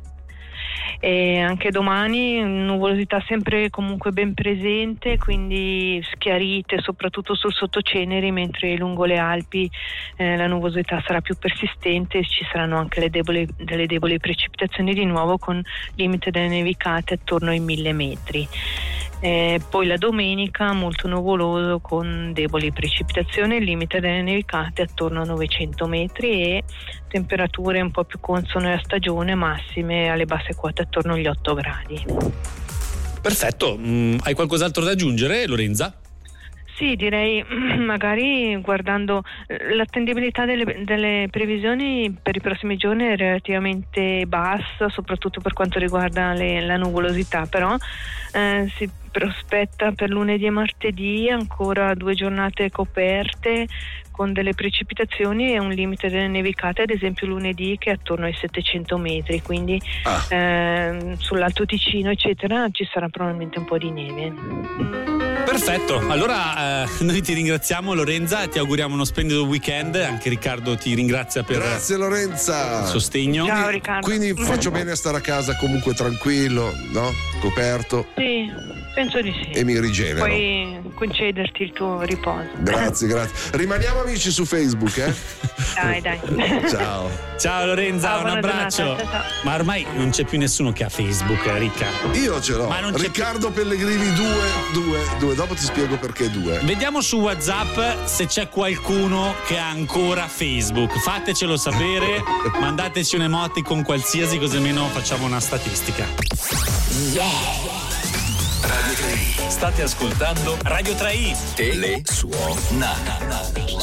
E anche domani nuvolosità sempre comunque ben presente, quindi schiarite soprattutto sul sottoceneri, mentre lungo le Alpi eh, la nuvolosità sarà più persistente e ci saranno anche le deboli, delle deboli precipitazioni, di nuovo con limite delle nevicate attorno ai mille metri. Eh, poi la domenica molto nuvoloso con deboli precipitazioni, il limite delle nevicate attorno a novecento metri e temperature un po' più consone alla stagione, massime alle basse quote attorno agli otto gradi. Perfetto, mm, hai qualcos'altro da aggiungere, Lorenza? Sì, direi magari guardando l'attendibilità delle, delle previsioni per i prossimi giorni è relativamente bassa, soprattutto per quanto riguarda le, la nuvolosità, però eh, si prospetta per lunedì e martedì ancora due giornate coperte con delle precipitazioni e un limite delle nevicate, ad esempio lunedì che è attorno ai settecento metri, quindi ah. eh, sull'Alto Ticino eccetera ci sarà probabilmente un po' di neve. Perfetto, allora eh, noi ti ringraziamo Lorenza, ti auguriamo uno splendido weekend, anche Riccardo ti ringrazia per Grazie Lorenza il sostegno. Ciao Riccardo. Quindi faccio bene a stare a casa comunque tranquillo, no? Coperto. Sì, penso di sì. E mi rigenero. Puoi concederti il tuo riposo. Grazie, grazie. Rimaniamo amici su Facebook, eh? Dai, dai. Ciao. Ciao Lorenza, Ciao, un buona abbraccio. giornata, ciao, ciao. Ma ormai non c'è più nessuno che ha Facebook, eh, Ricca. Io ce l'ho. Ma non c'è Riccardo Pellegrini due, due, due. Dopo ti spiego perché due. Vediamo su WhatsApp se c'è qualcuno che ha ancora Facebook. Fatecelo sapere, mandateci un emoticon qualsiasi, così almeno facciamo una statistica. Yeah. Radio tre i. State ascoltando Radio tre i. Telesuona.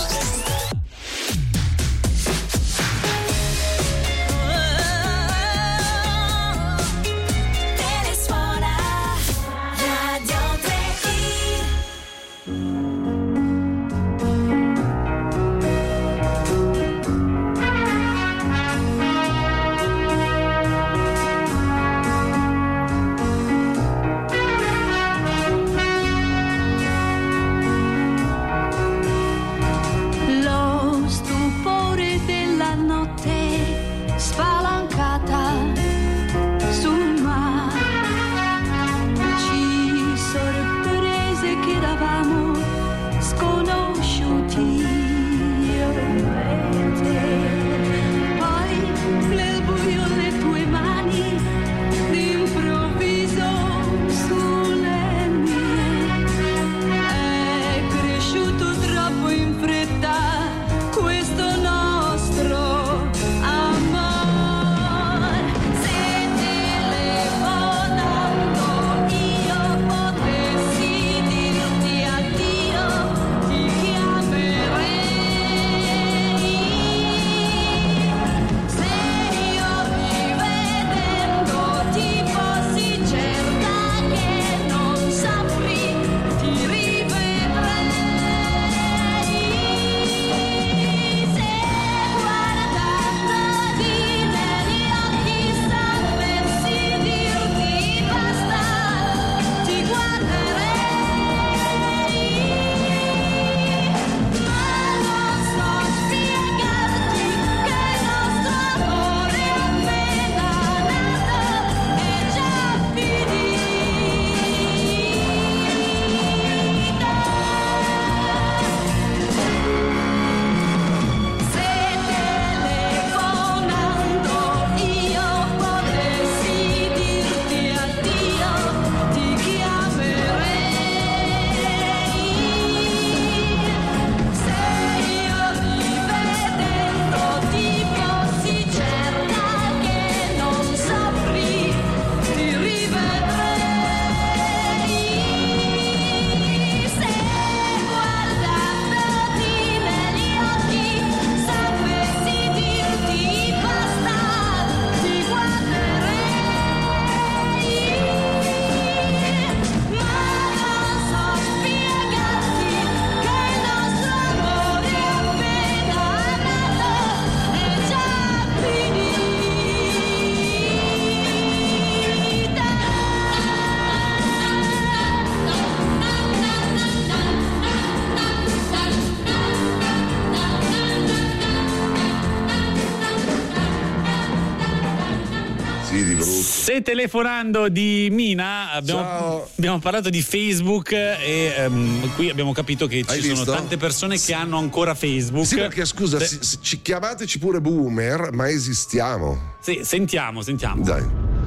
Se telefonando di Mina abbiamo, abbiamo parlato di Facebook e um, qui abbiamo capito che ci Hai sono visto? tante persone Sì. che hanno ancora Facebook. Sì, perché scusa, Se- si- si- ci chiamateci pure boomer, ma esistiamo. Sì, sentiamo, sentiamo. Dai.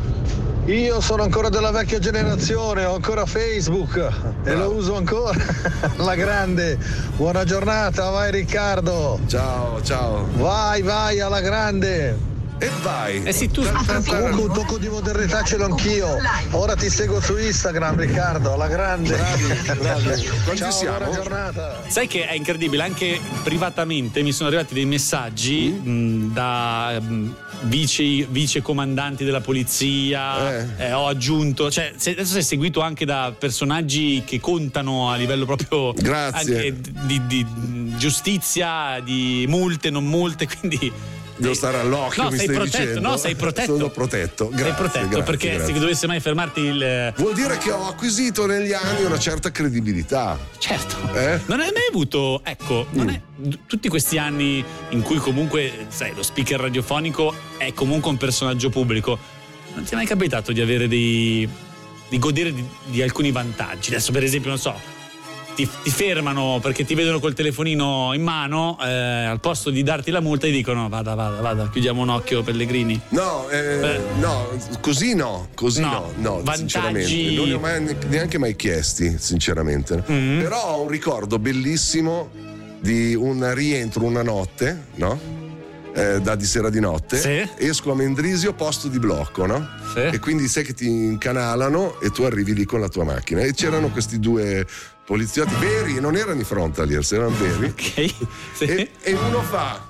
Io sono ancora della vecchia generazione, ho ancora Facebook e lo uso ancora. La grande. Buona giornata, vai Riccardo. Ciao, ciao. Vai, vai alla grande. E vai. Eh sì, tu. Comunque un tocco di modernità ce l'ho anch'io. Ora ti seguo su Instagram, Riccardo, alla grande. Bravi, bravi. Quanti Ciao, siamo? buona giornata. Sai che è incredibile, anche privatamente mi sono arrivati dei messaggi mm. mh, da mh, vice, vice comandanti della polizia, eh. Eh, ho aggiunto, cioè se, adesso sei seguito anche da personaggi che contano a livello proprio Grazie. Anche di, di, di giustizia, di multe, non multe, quindi devo stare all'occhio, no, mi sei stai protetto, dicendo? no, sei protetto. Sono protetto. Grazie, sei protetto grazie, perché grazie. se dovesse mai fermarti il. Vuol dire che ho acquisito negli anni una certa credibilità. Certo. Eh? Non hai mai avuto, ecco, non è, tutti questi anni in cui comunque, sai, lo speaker radiofonico è comunque un personaggio pubblico. Non ti è mai capitato di avere dei. di godere di, di alcuni vantaggi? Adesso, per esempio, non so. Ti, ti fermano perché ti vedono col telefonino in mano, eh, al posto di darti la multa ti dicono vada, vada, vada, chiudiamo un occhio Pellegrini. No, eh, no, così no, così no, no, no sinceramente. Non li ho mai, neanche mai chiesti, sinceramente. Mm-hmm. Però ho un ricordo bellissimo di un rientro una notte, no? Eh, da di sera di notte, sì. Esco a Mendrisio, posto di blocco, no? Sì. E quindi sai che ti incanalano e tu arrivi lì con la tua macchina. E c'erano questi due poliziotti veri, non erano i frontaliers, erano veri. Ok. Sì. E, e uno fa: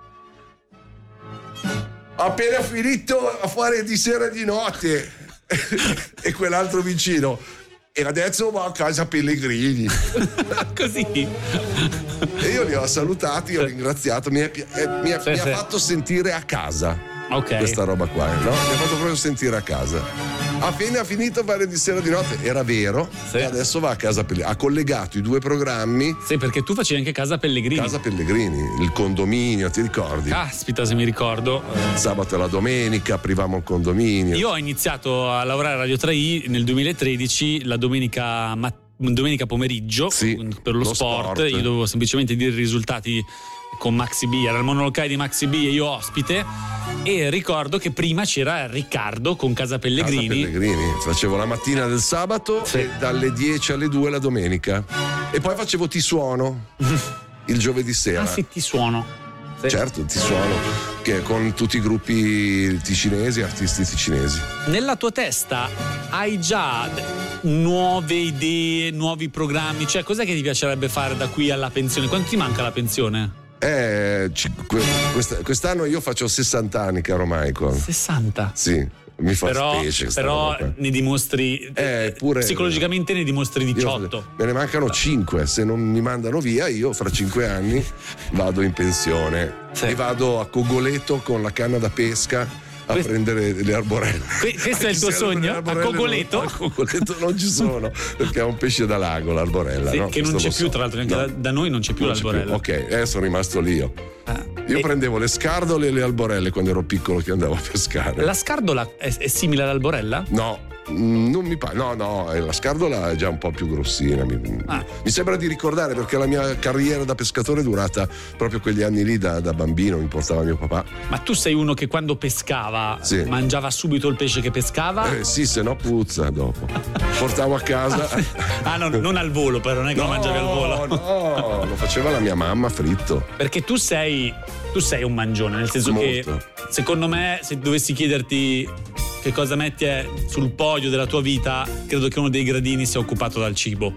appena finito a fare di sera di notte. E quell'altro vicino: e adesso va a casa Pellegrini. Così. E io li ho salutati, ho ringraziato, mi, è, eh, mi, ha, sì, mi sì. ha fatto sentire a casa, okay. Questa roba qua, no? Mi ha fatto proprio sentire a casa. Appena finito a fare di sera di notte, era vero, sì. E adesso va a casa Pellegrini. Ha collegato i due programmi. Sì, perché tu facevi anche Casa Pellegrini. Casa Pellegrini, il condominio, ti ricordi? Caspita, se mi ricordo. Il sabato e la domenica aprivamo il condominio. Io ho iniziato a lavorare a Radio tre i nel duemilatredici, la domenica mattina. Domenica pomeriggio, sì, per lo, lo sport. sport io dovevo semplicemente dire i risultati con Maxi B, era il monolocale di Maxi B e io ospite, e ricordo che prima c'era Riccardo con Casa Pellegrini. Casa Pellegrini, facevo la mattina del sabato, sì. E dalle dieci alle due la domenica, e poi facevo Ti Suono il giovedì sera. Ah sì, Ti Suono. Sì. Certo, Ti Suono, che con tutti i gruppi ticinesi, artisti ticinesi. Nella tua testa hai già nuove idee, nuovi programmi? Cioè, cos'è che ti piacerebbe fare da qui alla pensione? Quanto ti manca la pensione? Eh, quest- quest'anno io faccio sessanta anni, caro Michael. sessanta? Sì. Mi fa però, specie però ne dimostri eh, pure, psicologicamente ne dimostri diciotto. Io, me ne mancano cinque. Se non mi mandano via, io fra cinque anni vado in pensione, sì. E vado a Cogoleto con la canna da pesca a questo, prendere le arborelle. Questo è il tuo sogno? A Cogoleto? Non, a Cogoleto non ci sono, perché è un pesce da lago l'arborella, sì, no? Che questo non c'è più, so. tra l'altro neanche no. da, da noi non c'è più non l'arborella. C'è più. Ok, eh, sono rimasto lì io. Ah, io e... prendevo le scardole e le alborelle quando ero piccolo, che andavo a pescare. La scardola è, è simile all'alborella? No. Non mi pare, no, no, la scardola è già un po' più grossina. Mi, ah. mi sembra di ricordare, perché la mia carriera da pescatore è durata proprio quegli anni lì, da, da bambino, mi portava mio papà. Ma tu sei uno che quando pescava, sì, mangiava subito il pesce che pescava? Eh sì, se no puzza dopo. Portavo a casa. Ah, no, non al volo, però non è che no, lo mangiavi al volo. No, lo faceva la mia mamma fritto. Perché tu sei, tu sei un mangione, nel senso Molto. che secondo me, se dovessi chiederti che cosa metti sul podio della tua vita, credo che uno dei gradini sia occupato dal cibo.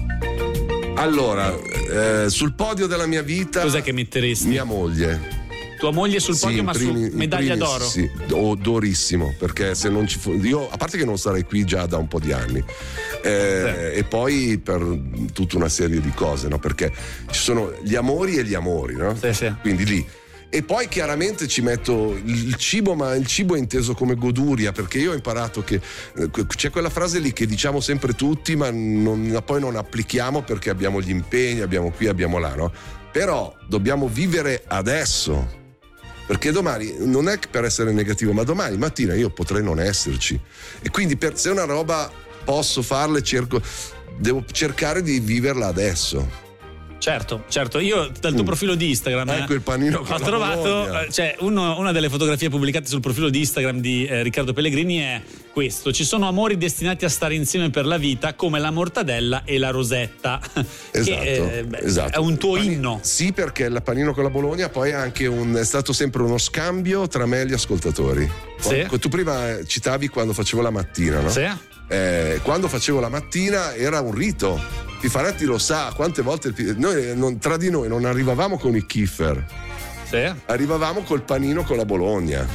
Allora, eh, sul podio della mia vita, cos'è che metteresti? Mia moglie. Tua moglie sul podio, sì, ma primi, su medaglia primi, d'oro? Sì, oh, d'orissimo, perché se non ci fosse, io, a parte che non sarei qui già da un po' di anni, eh, sì. E poi per tutta una serie di cose, no? Perché ci sono gli amori e gli amori, no? Sì, sì. Quindi lì. E poi chiaramente ci metto il cibo, ma il cibo è inteso come goduria, perché io ho imparato che c'è quella frase lì che diciamo sempre tutti, ma non, poi non applichiamo perché abbiamo gli impegni, abbiamo qui, abbiamo là, no? Però dobbiamo vivere adesso, perché domani, non è per essere negativo, ma domani mattina io potrei non esserci, e quindi per, se una roba posso farla, cerco, devo cercare di viverla adesso. Certo, certo. Io dal tuo Mm. profilo di Instagram Ecco il panino con ho la trovato, Bologna. eh, cioè uno- una delle fotografie pubblicate sul profilo di Instagram di eh, Riccardo Pellegrini è questo: ci sono amori destinati a stare insieme per la vita come la mortadella e la rosetta. Esatto, che, eh, beh, esatto. è un tuo inno. Sì, perché il panino con la Bologna poi è anche un, è stato sempre uno scambio tra me e gli ascoltatori. Sì. Quando- tu prima citavi quando facevo la mattina, no? Sì. Eh, quando facevo la mattina era un rito. Fifaretti lo sa, quante volte il- noi non- tra di noi non arrivavamo con i kiffer, Sì. arrivavamo col panino con la Bologna.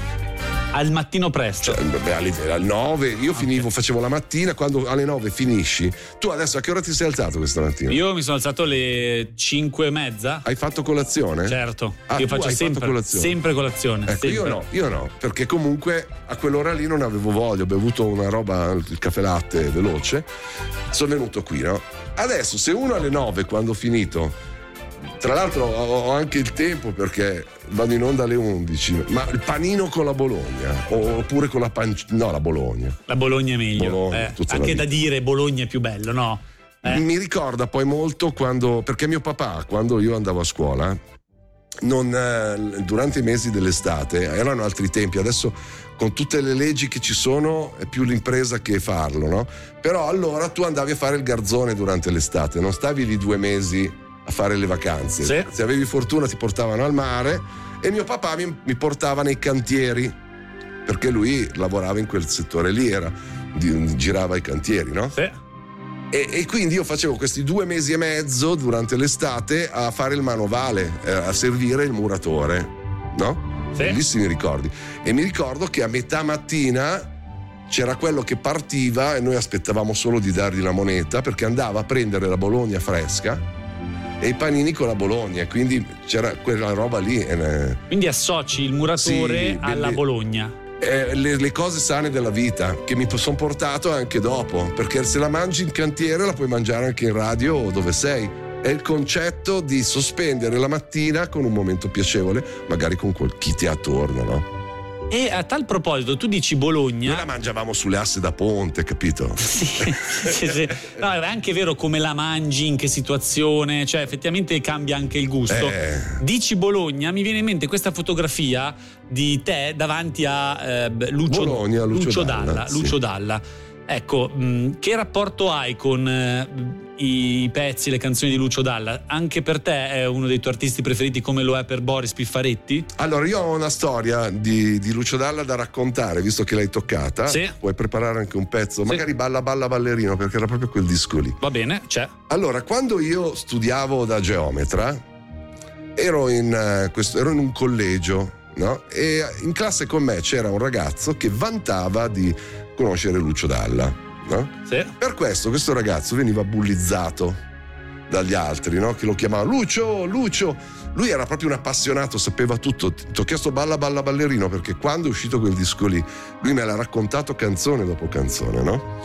Al mattino presto. Cioè, beh, alle alle nove io finivo, facevo la mattina, quando alle nove finisci. Tu adesso a che ora ti sei alzato questa mattina? Io mi sono alzato alle cinque e mezza. Hai fatto colazione? Certo. Ah, io tu faccio hai fatto sempre colazione? sempre colazione. Ecco, sempre. io no, io no, perché comunque a quell'ora lì non avevo voglia, ho bevuto una roba, il caffè latte veloce, sono venuto qui, no? Adesso se uno alle nove quando ho finito, tra l'altro ho ho anche il tempo perché vado in onda alle undici, ma il panino con la Bologna oppure con la pancetta, no, la Bologna. La Bologna è meglio. Bologna, eh. tutta la Anche vita. da dire Bologna è più bello, no? Eh. Mi ricorda poi molto quando, perché mio papà, quando io andavo a scuola, non, eh, durante i mesi dell'estate, erano altri tempi, adesso con tutte le leggi che ci sono è più l'impresa che farlo, no? Però allora tu andavi a fare il garzone durante l'estate, non stavi lì due mesi a fare le vacanze. Sì. Se avevi fortuna ti portavano al mare e mio papà mi, mi portava nei cantieri, perché lui lavorava in quel settore lì, era, di- girava i cantieri, no? Sì. E, e quindi io facevo questi due mesi e mezzo durante l'estate a fare il manovale, eh, a servire il muratore, no? Sì. Bellissimi ricordi. E mi ricordo che a metà mattina c'era quello che partiva e noi aspettavamo solo di dargli la moneta perché andava a prendere la Bologna fresca e i panini con la Bologna, quindi c'era quella roba lì. eh, Quindi associ il muratore Sì, alla belli- Bologna. eh, le, le cose sane della vita che mi sono portato anche dopo, perché se la mangi in cantiere la puoi mangiare anche in radio o dove sei. È il concetto di sospendere la mattina con un momento piacevole, magari con quel chi ti ha attorno, no? E a tal proposito, tu dici Bologna. Noi la mangiavamo sulle asse da ponte, capito? Sì, sì, sì. No, è anche vero come la mangi, in che situazione, cioè effettivamente cambia anche il gusto. Eh. Dici Bologna, mi viene in mente questa fotografia di te davanti a eh, Lucio, Bologna, Lucio Dalla. Dalla, sì. Lucio Dalla. Ecco, mh, che rapporto hai con eh, i pezzi, le canzoni di Lucio Dalla? Anche per te è uno dei tuoi artisti preferiti come lo è per Boris Piffaretti? Allora, io ho una storia di, di Lucio Dalla da raccontare, visto che l'hai toccata. Sì. Puoi preparare anche un pezzo, Sì. magari Balla Balla Ballerino, perché era proprio quel disco lì. Va bene, c'è. Allora, quando io studiavo da geometra, ero in, eh, questo, ero in un collegio, no? E in classe con me c'era un ragazzo che vantava di conoscere Lucio Dalla, no? Sì. Per questo, questo ragazzo veniva bullizzato dagli altri, no? Che lo chiamavano Lucio, Lucio. Lui era proprio un appassionato, sapeva tutto. Ti ho chiesto Balla Balla Ballerino perché quando è uscito quel disco lì, lui me l'ha raccontato canzone dopo canzone,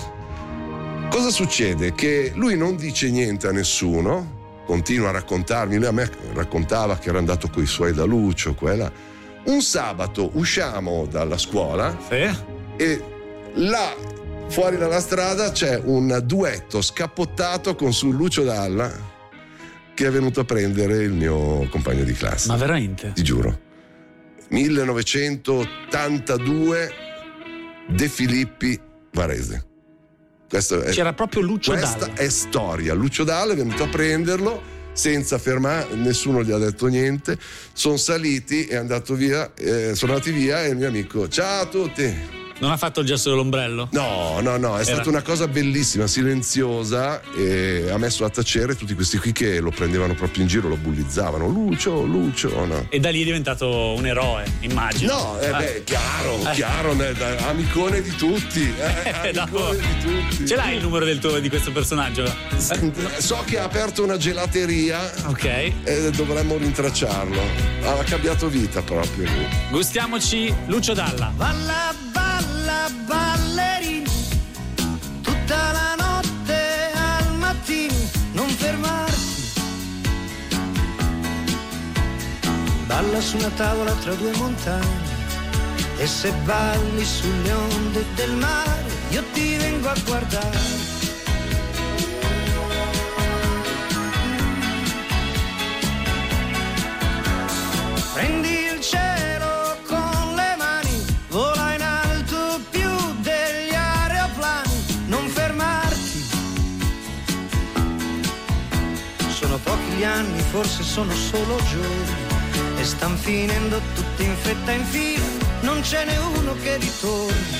no? Cosa succede? Che lui non dice niente a nessuno, continua a raccontarmi, lui a me raccontava che era andato coi suoi da Lucio, quella. Un sabato usciamo dalla scuola Sì. e là fuori dalla strada c'è un duetto scappottato con su Lucio Dalla che è venuto a prendere il mio compagno di classe. Ma veramente? Ti giuro. millenovecentottantadue De Filippi, Varese. Questo è, C'era proprio Lucio questa Dalla. è storia. Lucio Dalla è venuto a prenderlo senza fermare, nessuno gli ha detto niente. Sono saliti e è andato via, eh, sono andati via e il mio amico, ciao a tutti. Non ha fatto il gesto dell'ombrello? No, no, no, è Era- stata una cosa bellissima, silenziosa, e ha messo a tacere tutti questi qui che lo prendevano proprio in giro, lo bullizzavano. Lucio, Lucio, no. E da lì è diventato un eroe, immagino. No, eh, beh, chiaro, Eh. chiaro, ne- da- amicone di tutti, eh, Eh, no. amicone di tutti. Ce l'hai il numero del tuo, di questo personaggio? So che ha aperto una gelateria. Ok. E dovremmo rintracciarlo. Ha cambiato vita proprio lui. Gustiamoci Lucio Dalla. Balla, balla, ballerino, tutta la notte al mattino, non fermarti. Balla su una tavola tra due montagne, e se balli sulle onde del mare, io ti vengo a guardare. Prendi il cielo con le mani, vola in alto più degli aeroplani, non fermarti. Sono pochi gli anni, forse sono solo giorni, e stan finendo tutti in fretta in fila, non ce n'è uno che ritorni.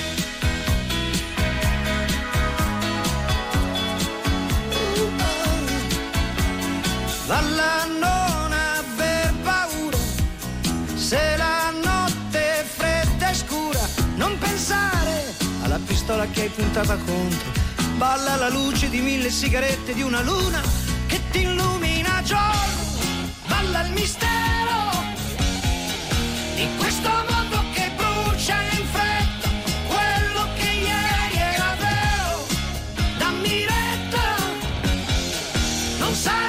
Valla, non aver paura, se la notte è fredda e scura, non pensare alla pistola che hai puntata contro. Balla alla luce di mille sigarette, di una luna che ti illumina a giorno. Balla il mistero di questo mondo che brucia in fretta, quello che ieri era vero. Dammi retta, non sarà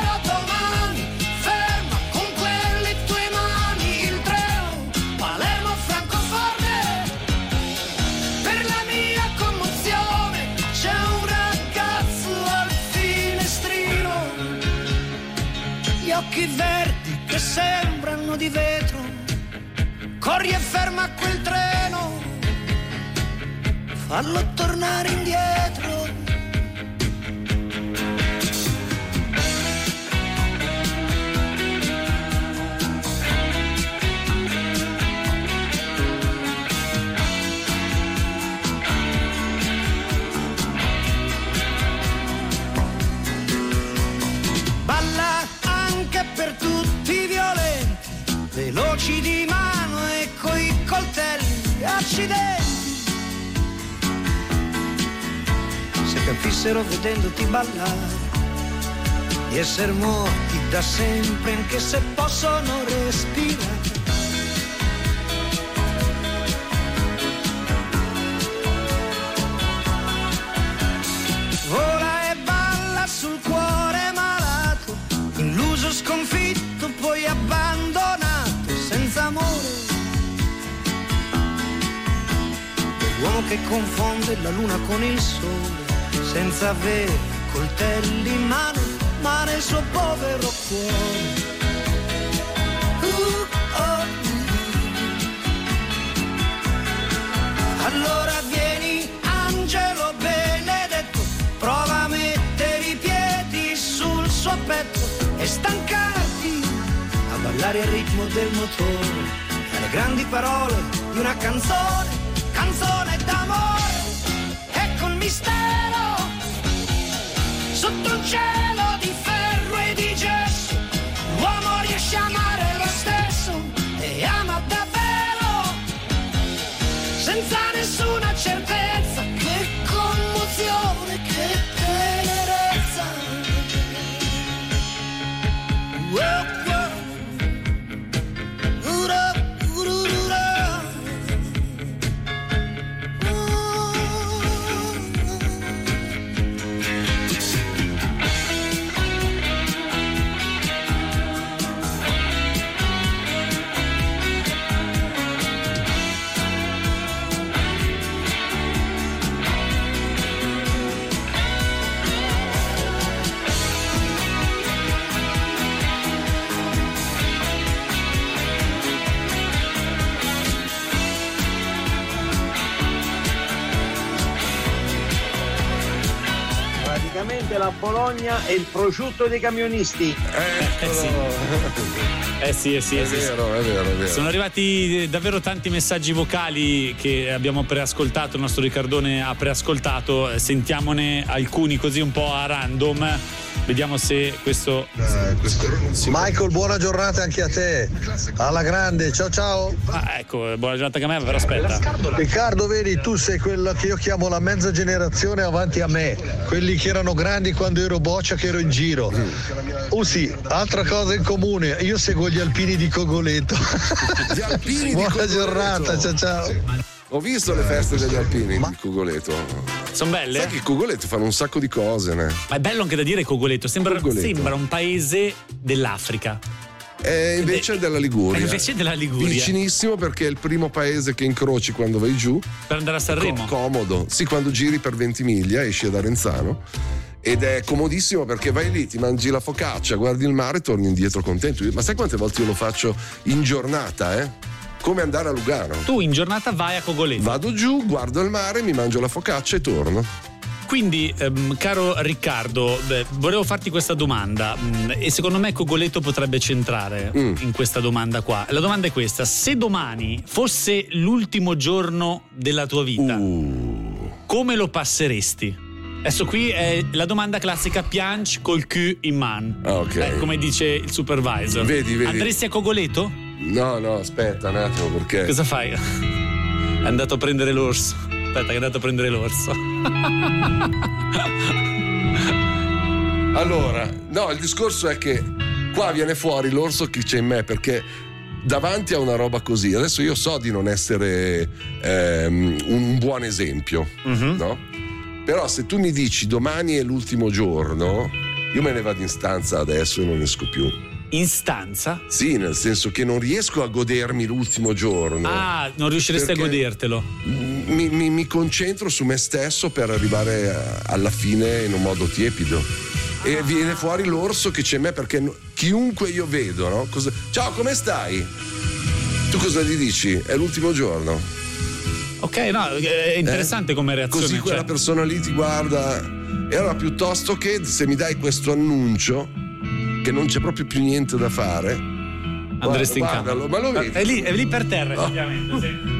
occhi verdi che sembrano di vetro, corri e ferma quel treno, fallo tornare indietro. Per tutti i violenti, veloci di mano e coi coltelli, accidenti. Se capissero vedendoti ballare di essere morti da sempre, anche se possono respirare. Vola e balla sul cuore malato, illuso, sconfitto, poi abbandonato, senza amore. L'uomo che confonde la luna con il sole, senza avere coltelli in mano, ma nel suo povero cuore. Uh, oh, uh. Allora vieni, angelo benedetto, prova a mettere i piedi sul suo petto e stancarti a ballare al ritmo del motore, alle grandi parole di una canzone, canzone d'amore. Ecco il mistero sotto un cielo di ferro e di gesso, l'uomo riesce a amare lo stesso e ama davvero, senza nessuna certezza. Che commozione, che tenerezza. Whoa. La Bologna e il prosciutto dei camionisti. Eh sì. Eh sì, eh sì, è, eh sì, vero, è vero, è vero. Sono arrivati davvero tanti messaggi vocali che abbiamo preascoltato, il nostro Riccardone ha preascoltato, sentiamone alcuni così un po' a random. Vediamo se questo... Eh, questo Michael, buona giornata anche a te. Alla grande, ciao ciao. Ah, ecco, buona giornata anche a me, però aspetta. Riccardo, vedi, tu sei quello che io chiamo la mezza generazione avanti a me, quelli che erano grandi quando ero boccia, che ero in giro. Oh sì, altra cosa in comune, io seguo gli alpini di Cogoleto. Gli alpini buona di Cogoleto. giornata, ciao ciao. Ho visto le feste degli alpini di Cogoleto. Sono belle? Sai che Cogoleto fanno un sacco di cose, ne? Ma è bello anche da dire Cogoleto, sembra, Cogoleto. sembra un paese dell'Africa. E invece è della Liguria. E invece è della Liguria. Vicinissimo, perché è il primo paese che incroci quando vai giù. Per andare a Sanremo. Co- comodo. Sì, quando giri per venti miglia esci ad Arenzano ed è comodissimo perché vai lì, ti mangi la focaccia, guardi il mare e torni indietro contento. Ma sai quante volte io lo faccio in giornata, eh? Come andare a Lugano. Tu in giornata vai a Cogoleto. Vado giù, guardo il mare, mi mangio la focaccia e torno. Quindi, ehm, caro Riccardo, beh, volevo farti questa domanda mh, e secondo me Cogoleto potrebbe centrare Mm. in questa domanda qua. La domanda è questa: se domani fosse l'ultimo giorno della tua vita, Uh. come lo passeresti? Adesso qui è la domanda classica, piange col cul in man. Ah, ok. Eh, come dice il supervisor. Vedi, vedi. Andresti a Cogoleto? No, no, aspetta un attimo perché. Cosa fai? È andato a prendere l'orso. Aspetta, che è andato a prendere l'orso. Allora, no, il discorso è che qua viene fuori l'orso che c'è in me, perché davanti a una roba così, adesso io so di non essere ehm, un buon esempio, Mhm. no? Però se tu mi dici domani è l'ultimo giorno, io me ne vado in stanza adesso e non esco più. In stanza? Sì, nel senso che non riesco a godermi l'ultimo giorno. Ah, non riusciresti Perché a godertelo. Mi, mi- mi concentro su me stesso per arrivare a- alla fine in un modo tiepido. E viene fuori l'orso che c'è in me, perché no- chiunque io vedo, no? Cosa- Ciao, come stai? Tu cosa gli dici? È l'ultimo giorno. Ok, no, è interessante Eh? come reazione. Così quella cioè. persona lì ti guarda. E allora, piuttosto che se mi dai questo annuncio che non c'è proprio più niente da fare, Andresti guarda, in guardalo, camera. ma lo vedi? È lì, è lì per terra, effettivamente, sì.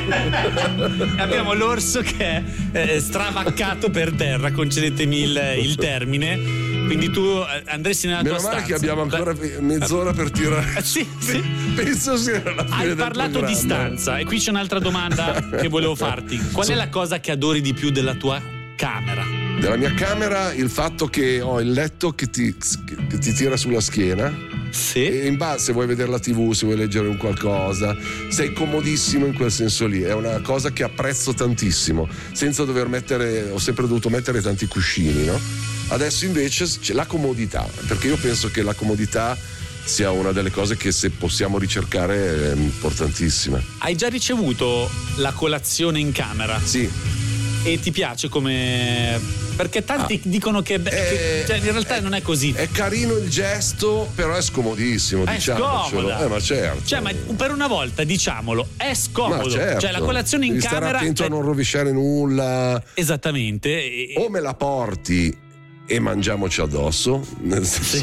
Eh. Abbiamo l'orso che è eh, stravaccato per terra, concedetemi il, il termine. Quindi tu eh, andresti nella Meno tua male stanza. che abbiamo ancora mezz'ora per tirare. Sì, sì. Penso sia la fine Hai del parlato di programma. stanza e qui c'è un'altra domanda che volevo farti. Qual è la cosa che adori di più della tua camera? Della mia camera il fatto che ho il letto che ti, che ti tira sulla schiena. Sì. E in base, se vuoi vedere la tivù, se vuoi leggere un qualcosa, sei comodissimo in quel senso lì. È una cosa che apprezzo tantissimo, senza dover mettere, ho sempre dovuto mettere tanti cuscini, no? Adesso invece c'è la comodità, perché io penso che la comodità sia una delle cose che, se possiamo ricercare, è importantissima. Hai già ricevuto la colazione in camera? Sì. E ti piace come... Perché tanti dicono che, beh, che- cioè, in realtà non è così. È carino il gesto, però è scomodissimo, È diciamocelo. scomoda. Eh, ma certo. Cioè, ma per una volta, diciamolo, è scomodo. Ma certo. Cioè, la colazione in Devi camera. stare attento cioè, a non rovesciare nulla. Esattamente. E- O me la porti e mangiamoci addosso. Nel senso...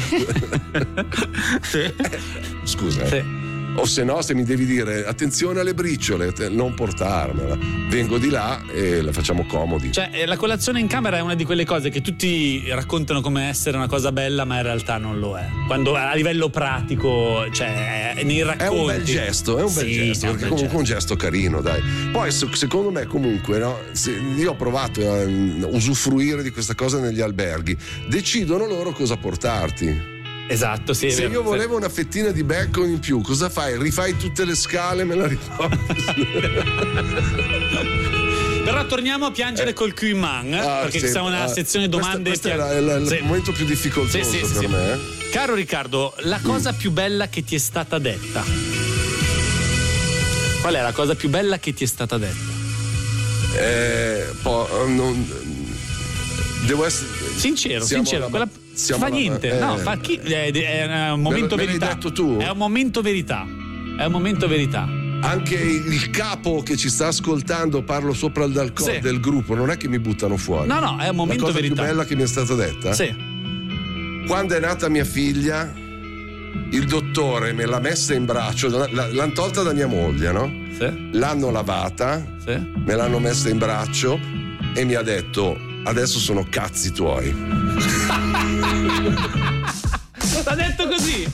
Sì. Scusa. eh. Sì. O se no, se mi devi dire attenzione alle briciole, te- non portarmela. Vengo di là e la facciamo comodi. Cioè, eh, la colazione in camera è una di quelle cose che tutti raccontano come essere una cosa bella, ma in realtà non lo è. Quando a livello pratico, cioè, eh, nei racconti. È un bel gesto, è un bel Sì, gesto, è un perché bel comunque è un gesto carino, dai. Poi se- secondo me comunque, no, se- io ho provato a mm, usufruire di questa cosa negli alberghi. Decidono loro cosa portarti. Esatto, sì. è Se vero, io sì. volevo una fettina di bacon in più, cosa fai? Rifai tutte le scale e me la riporti? Però torniamo a piangere col cul in man, eh, Ah, perché sì, c'è una ah, sezione domande. Questo, questo pia- è la- il, il Sì. momento più difficoltoso Sì, sì, sì, per sì. me. eh. Caro Riccardo, la cosa più bella che ti è stata detta? Qual è la cosa più bella che ti è stata detta? Eh, po- non, devo essere Sincero, siamo sincero, alla- quella siamo fa alla- niente, eh. no, fa chi, è, è un momento Me l'hai verità. detto tu? È un momento verità. È un momento verità. Anche il capo che ci sta ascoltando, parlo sopra il dal Sì. del gruppo, non è che mi buttano fuori. No, no, è un momento La cosa verità. più bella che mi è stata detta? Sì. Quando è nata mia figlia, il dottore me l'ha messa in braccio, l- l'hanno tolta da mia moglie, no? Sì. L'hanno lavata, Sì. me l'hanno messa in braccio e mi ha detto: adesso sono cazzi tuoi. L'ha detto così.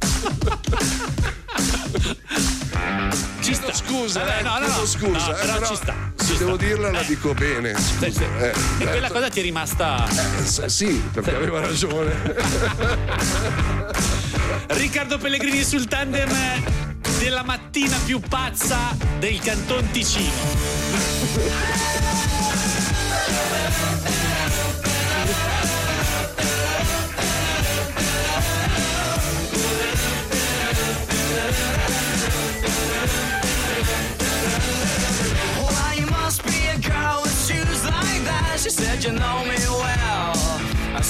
Ci sta. Scusa, Vabbè, eh, no, no, chiedo no. scusa, No, eh, però, però ci sta. se ci devo sta. dirla la Eh, dico bene. sì, Scusa, sì. eh, E quella cosa ti è rimasta. eh, s- sì, perché aveva ragione. Riccardo Pellegrini sul tandem della mattina più pazza del Canton Ticino. Why, you must be a girl with shoes like that. She said you know me well. I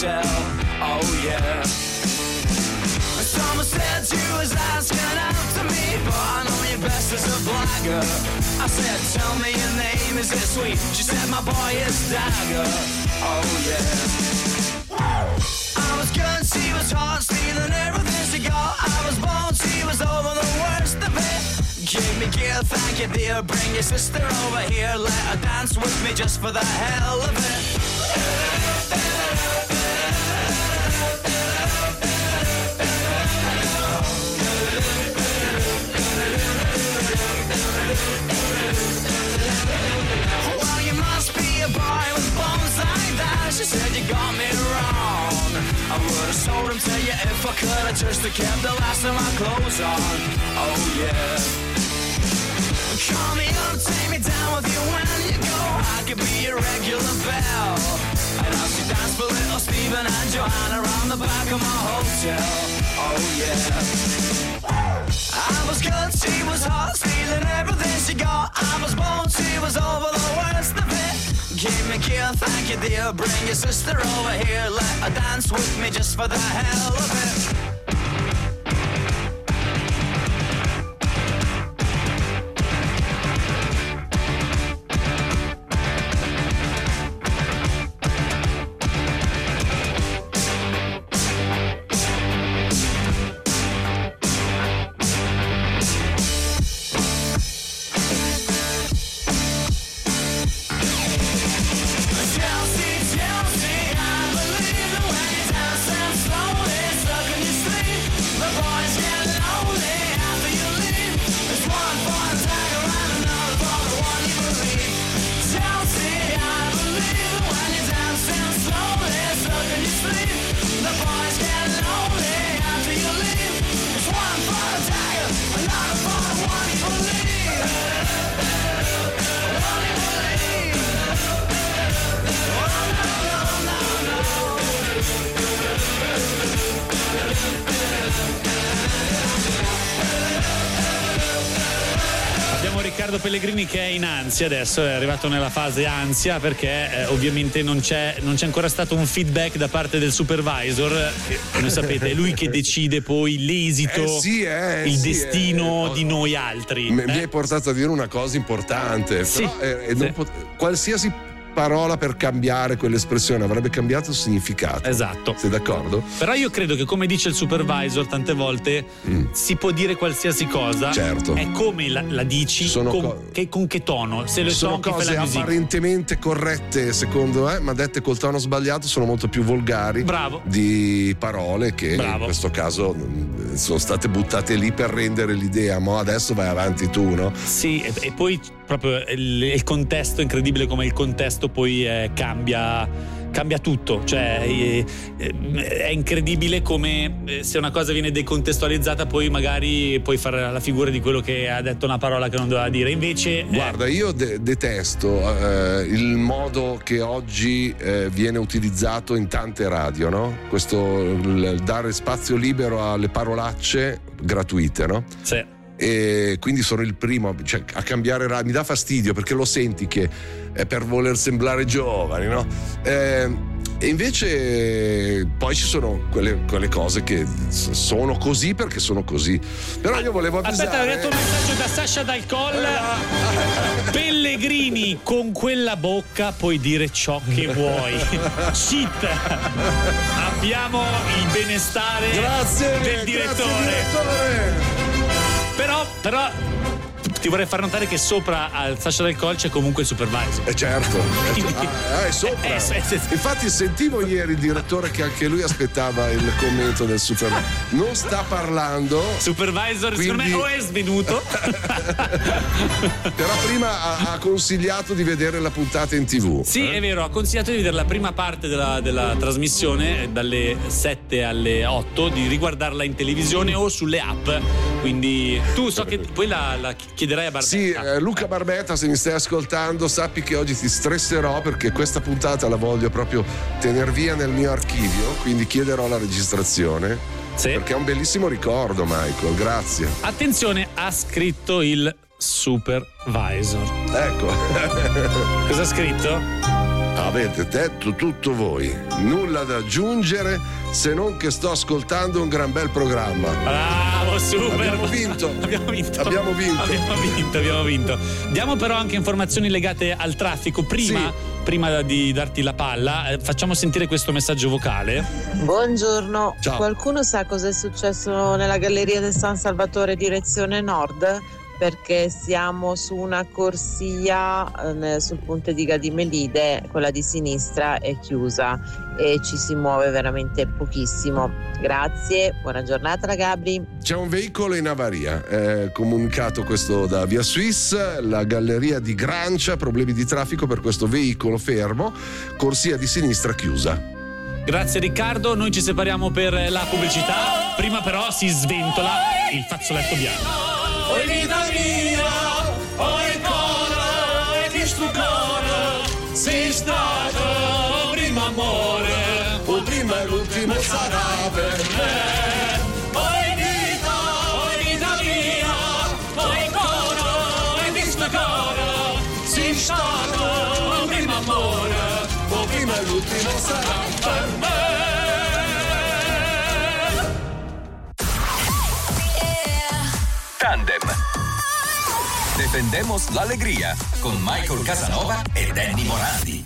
hotel. Oh yeah. Someone said you was asking out to me, but I know you best as a blagger. I said, tell me your name, is it sweet? She said, my boy is Dagger. Oh yeah. I was good, she was hot, stealing everything she got. I was bold, she was over the worst of it. Give me gear, thank you dear. Bring your sister over here, let her dance with me just for the hell of it. Well, you must be a boy with bones like that. She said you got me wrong. I would've sold him to you if I could've just kept the last of my clothes on. Oh yeah. Call me up, take me down with you when you go. I could be your regular belle. And I'll see dance for little Steven and Joanna around the back of my hotel. Oh yeah. I was good, she was hot, stealing everything she got. I was bold, she was over the worst of it. Give me gear, thank you dear. Bring your sister over here, let her dance with me just for the hell of it. Riccardo Pellegrini che è in ansia adesso, è arrivato nella fase ansia perché eh, ovviamente non c'è, non c'è ancora stato un feedback da parte del supervisor, che come sapete è lui che decide poi l'esito, eh sì, eh, il sì, destino eh. di noi altri. Mi, eh? mi hai portato a dire una cosa importante, Sì, però eh, eh, non sì. pot- qualsiasi parola per cambiare quell'espressione avrebbe cambiato il significato. Esatto. Sei d'accordo? Però io credo che, come dice il supervisor tante volte, mm. si può dire qualsiasi cosa. Certo. È come la, la dici, Sono con, co- che, con che tono. Se le sono son che fai cose la musica. apparentemente corrette secondo me, ma dette col tono sbagliato sono molto più volgari. Bravo. Di parole che Bravo. in questo caso sono state buttate lì per rendere l'idea, ma adesso vai avanti tu, no? Sì, e, e poi proprio il, il contesto, incredibile come il contesto poi eh, cambia cambia tutto, cioè è, è incredibile come se una cosa viene decontestualizzata poi magari puoi fare la figura di quello che ha detto una parola che non doveva dire, invece guarda eh... io de- detesto eh, il modo che oggi eh, viene utilizzato in tante radio, no? Questo il dare spazio libero alle parolacce gratuite, no? Sì. E quindi sono il primo, cioè, a cambiare radio. Mi dà fastidio perché lo senti che è per voler sembrare giovani, no? Eh, e invece poi ci sono quelle, quelle cose che sono così perché sono così. Però io volevo avvisare. Aspetta, ho detto un messaggio da Sasha Dal Coll. Pellegrini, con quella bocca puoi dire ciò che vuoi. Shit. Abbiamo il benestare grazie, del direttore. Grazie, direttore. Però, però ti vorrei far notare che sopra al Sasha Dal Coll c'è comunque il supervisor. Eh certo, ah, è sopra. Eh, sì, sì, sì. Infatti sentivo ieri il direttore che anche lui aspettava il commento del supervisor. Non sta parlando. Supervisor, quindi... secondo me o è svenuto. Però prima ha, ha consigliato di vedere la puntata in tivù. Sì, eh? è vero, ha consigliato di vedere la prima parte della, della trasmissione dalle sette alle otto, di riguardarla in televisione o sulle app. Quindi tu so che poi la, la chiederai a Barbetta. Sì, eh, Luca Barbetta, se mi stai ascoltando, sappi che oggi ti stresserò perché questa puntata la voglio proprio tener via nel mio archivio, quindi chiederò la registrazione. Sì. Perché è un bellissimo ricordo, Michael, grazie. Attenzione, ha scritto il supervisor. Ecco. Cosa ha scritto? Avete detto tutto voi, nulla da aggiungere se non che sto ascoltando un gran bel programma. Bravo, super. Abbiamo vinto. Abbiamo vinto. Abbiamo vinto. Abbiamo vinto, abbiamo vinto. Diamo però anche informazioni legate al traffico. Prima, sì. prima di darti la palla, eh, facciamo sentire questo messaggio vocale. Buongiorno. Ciao. Qualcuno sa cosa è successo nella galleria del San Salvatore direzione nord? Perché siamo su una corsia eh, sul ponte di Gadimelide, quella di sinistra è chiusa e ci si muove veramente pochissimo. Grazie, buona giornata da Gabri. C'è un veicolo in avaria, è comunicato questo da Via Suisse, la galleria di Grancia, problemi di traffico per questo veicolo fermo, corsia di sinistra chiusa. Grazie Riccardo, noi ci separiamo per la pubblicità, prima però si sventola il fazzoletto bianco. Oi vita mia, oi cora, e chi stu cora, sei stato primo amore, o prima e l'ultimo sarà per me. Oi vita, oi vita mia, oi cora, e chi stu cora, sei stato primo amore, o prima e l'ultimo sarà per me. Tandem. Defendemos la alegría con Michael Casanova e Danny Morandi.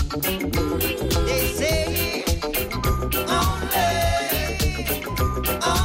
They say only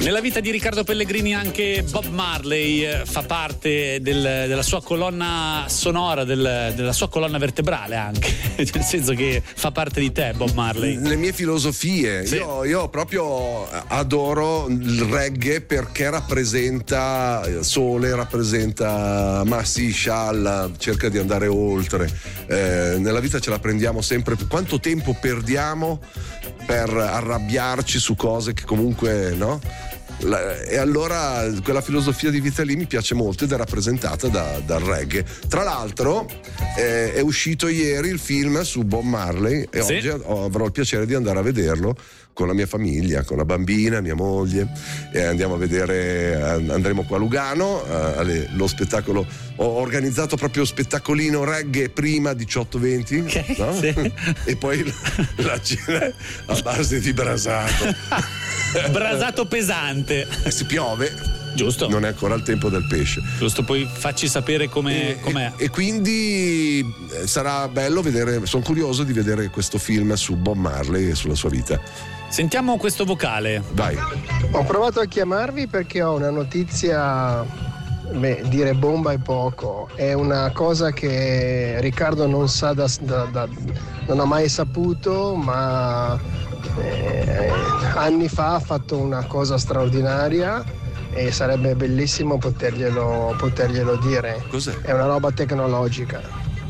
Nella vita di Riccardo Pellegrini anche Bob Marley eh, fa parte del, della sua colonna sonora, del, della sua colonna vertebrale anche, nel senso che fa parte di te Bob Marley. Le mie filosofie, sì. io, io proprio adoro il reggae perché rappresenta sole, rappresenta ma sì, scialla, cerca di andare oltre. Eh, nella vita ce la prendiamo sempre. Quanto tempo perdiamo per arrabbiarci su cose che comunque, no? La, e allora quella filosofia di vita lì mi piace molto ed è rappresentata da, dal reggae. Tra l'altro eh, è uscito ieri il film su Bob Marley e sì. oggi avrò il piacere di andare a vederlo con la mia famiglia, con la bambina, mia moglie, e andiamo a vedere, andremo qua a Lugano allo spettacolo. Ho organizzato proprio spettacolino reggae prima diciotto venti, okay, no? Sì. E poi la, la cena a base di brasato brasato pesante. E si piove, giusto, non è ancora il tempo del pesce, giusto, poi facci sapere come, e, com'è. E, e quindi sarà bello vedere, sono curioso di vedere questo film su Bob Marley e sulla sua vita. Sentiamo questo vocale. Vai. Ho provato a chiamarvi perché ho una notizia, beh, dire bomba è poco, è una cosa che Riccardo non sa da, da, da non ha mai saputo, ma eh, anni fa ha fatto una cosa straordinaria e sarebbe bellissimo poterglielo, poterglielo dire. Cos'è? È una roba tecnologica.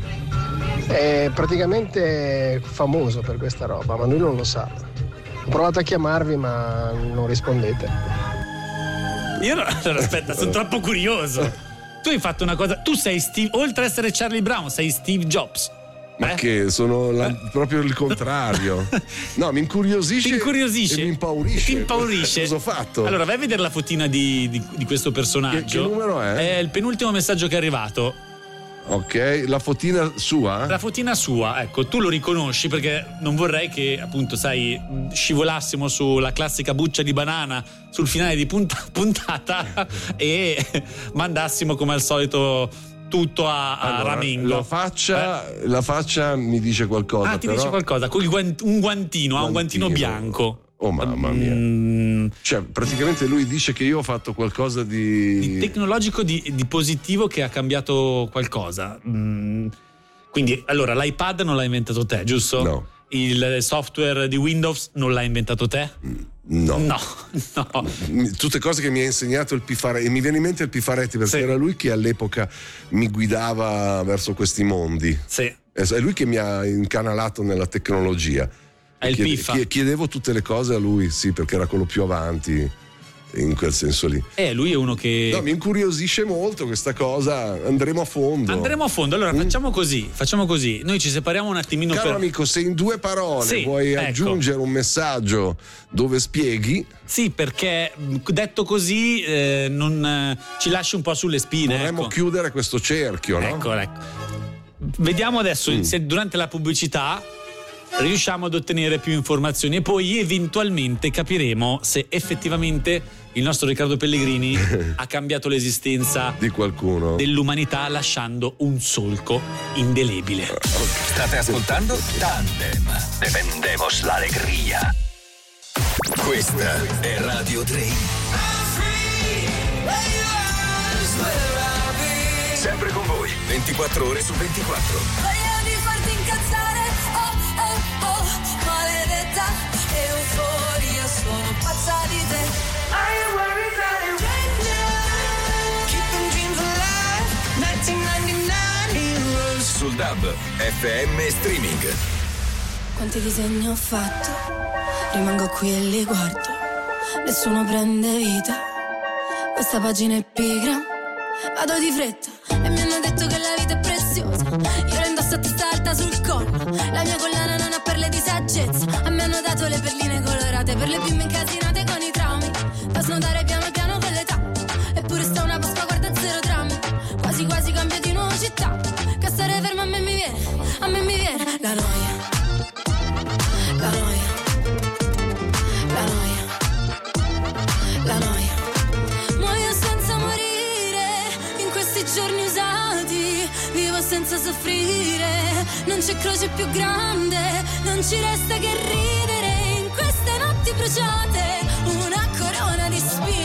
È praticamente famoso per questa roba, ma lui non lo sa. Ho provato a chiamarvi ma non rispondete. Io no, aspetta, sono troppo curioso. Tu hai fatto una cosa, tu sei Steve, oltre ad essere Charlie Brown, sei Steve Jobs. Ma eh? che sono la, proprio il contrario. No, mi incuriosisce. Ti incuriosisce e mi impaurisce. Ti impaurisce. Cosa ho fatto? Allora, vai a vedere la fotina di, di, di questo personaggio. Che, che numero è? È il penultimo messaggio che è arrivato. Ok, la fotina sua? La fotina sua, ecco, tu lo riconosci perché non vorrei che, appunto, sai, scivolassimo sulla classica buccia di banana sul finale di punta- puntata e mandassimo come al solito tutto a, a allora, ramingo. La faccia, eh? la faccia mi dice qualcosa. Ah, ti però... dice qualcosa, con il guant- un guantino, ha un guantino bianco. Oh mamma mia. Mm. Cioè, praticamente lui dice che io ho fatto qualcosa di, di tecnologico, di, di positivo, che ha cambiato qualcosa. Mm. Quindi, allora, l'iPad non l'hai inventato te, giusto? No. Il software di Windows non l'hai inventato te? No. No, no. Tutte cose che mi ha insegnato il Pifaretti. E mi viene in mente il Pifaretti perché sì. era lui che all'epoca mi guidava verso questi mondi. Sì. È lui che mi ha incanalato nella tecnologia. È il Chiede, Piffa. Chiedevo tutte le cose a lui, sì, perché era quello più avanti in quel senso lì. Eh, lui è uno che... No, mi incuriosisce molto questa cosa, andremo a fondo. Andremo a fondo, allora mm. facciamo così, facciamo così, noi ci separiamo un attimino. Caro per... amico, se in due parole sì, vuoi ecco. aggiungere un messaggio dove spieghi... Sì, perché detto così eh, non eh, ci lasci un po' sulle spine. Vorremmo ecco. chiudere questo cerchio, no? Ecco, ecco. Vediamo adesso mm. se durante la pubblicità riusciamo ad ottenere più informazioni e poi eventualmente capiremo se effettivamente il nostro Riccardo Pellegrini ha cambiato l'esistenza di qualcuno, dell'umanità, lasciando un solco indelebile. Okay. State ascoltando Tandem. Defendemos la alegría. Questa è Radio tre. Sempre con voi, ventiquattro ore su ventiquattro. Voglio di farti incazzare. Maledetta euforia, sono pazza di te. I am worried about it right now. Keeping dreams alive, millenovecentonovantanove heroes. Sul D A B, F M e streaming. Quanti disegni ho fatto, rimango qui e li guardo. Nessuno prende vita, questa pagina è pigra. Vado di fretta e mi hanno detto che la vita è preziosa. Io la indosso a testa alta sul collo, la mia collana non ha perle di saggezza. A me hanno dato le perline colorate per le bimbe incasinate con i traumi, da snodare piano piano con l'età. Eppure sta una Pasqua, guarda zero drammi, quasi quasi cambia di nuovo città. Che stare fermo a me mi viene, a me mi viene la noia, la noia, la noia, la noia. Muoio senza morire in questi giorni usati, vivo senza soffrire, non c'è croce più grande, non ci resta che ridere in queste notti bruciate, una corona di spine.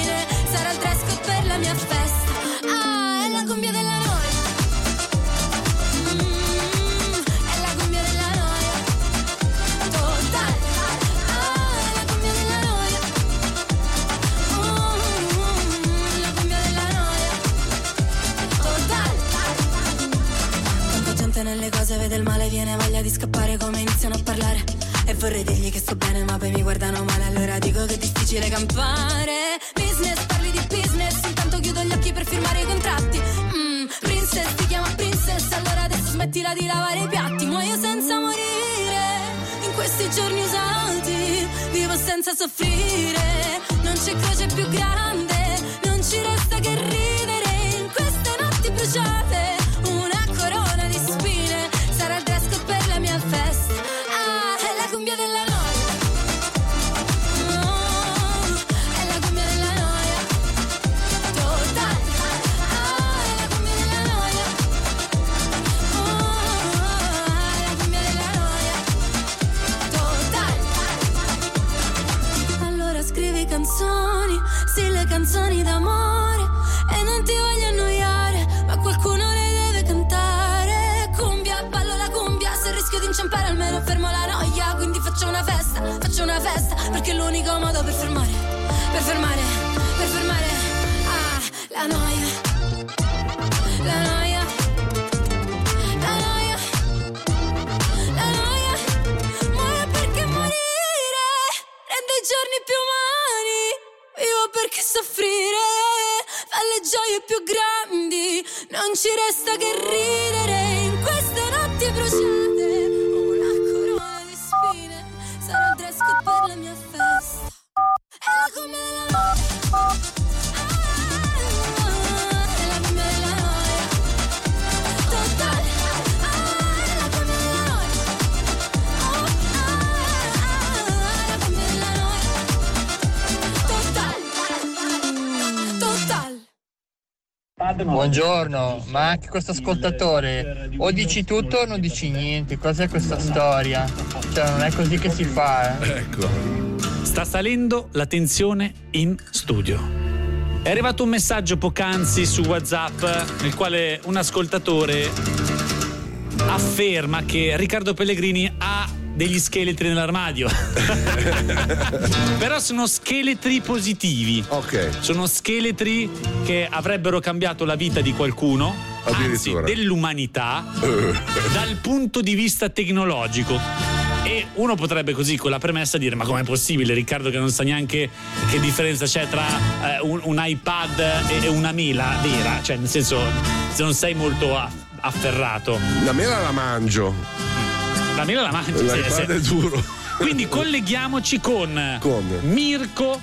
mente nelle cose, vede il male, viene voglia di scappare come iniziano a parlare. E vorrei dirgli che sto bene ma poi mi guardano male, allora dico che è difficile campare. Business, parli di business, intanto chiudo gli occhi per firmare i contratti. mm, Princess, ti chiama princess, allora adesso smettila di lavare i piatti. Muoio senza morire, in questi giorni usati, vivo senza soffrire. Non c'è croce più grande, non ci resta che ridere. In queste notti bruciate, una corona di spine sarà il dress code per la mia festa. Ah, è la cumbia della noia. Oh, è la cumbia della noia. Total. Ah, è la cumbia della noia. Oh, è la cumbia della noia. Total. Allora scrivi canzoni, sì, le canzoni d'amore, e non ti voglio annoiare, ma qualcuno le deve cantare. Cumbia, ballo la cumbia, se rischio di inciampare almeno fermo la noia. Quindi faccio una festa, faccio una festa, perché è l'unico modo per fermare, per fermare, per fermare, ah, la noia, la noia, la noia, la noia. Muore perché morire rende i giorni più umani, vivo perché soffrire fa le gioie più grandi. Non ci resta che ridere in queste notti bruciate. Una corona di spine sarà il dress code per la mia festa. È la cumbia della noia. Ah, è la cumbia della noia. Total. Ah, è la cumbia della noia. Oh, ah, è la cumbia della noia. Total. Total. Buongiorno, ma anche questo ascoltatore o dici tutto o non dici niente. Cos'è questa storia? Cioè, non è così che si fa, eh. Ecco. Sta salendo la tensione in studio. È arrivato un messaggio poc'anzi su WhatsApp nel quale un ascoltatore afferma che Riccardo Pellegrini ha degli scheletri nell'armadio. Però sono scheletri positivi. Ok. Sono scheletri che avrebbero cambiato la vita di qualcuno, anzi dell'umanità, dal punto di vista tecnologico. E uno potrebbe così con la premessa dire: ma com'è possibile, Riccardo, che non sa neanche che differenza c'è tra eh, un, un iPad e una mela vera? Cioè, nel senso, se non sei molto aff- afferrato. La mela la mangio. La mela la mangi. L'iPad se, è duro. Quindi colleghiamoci con, con Mirko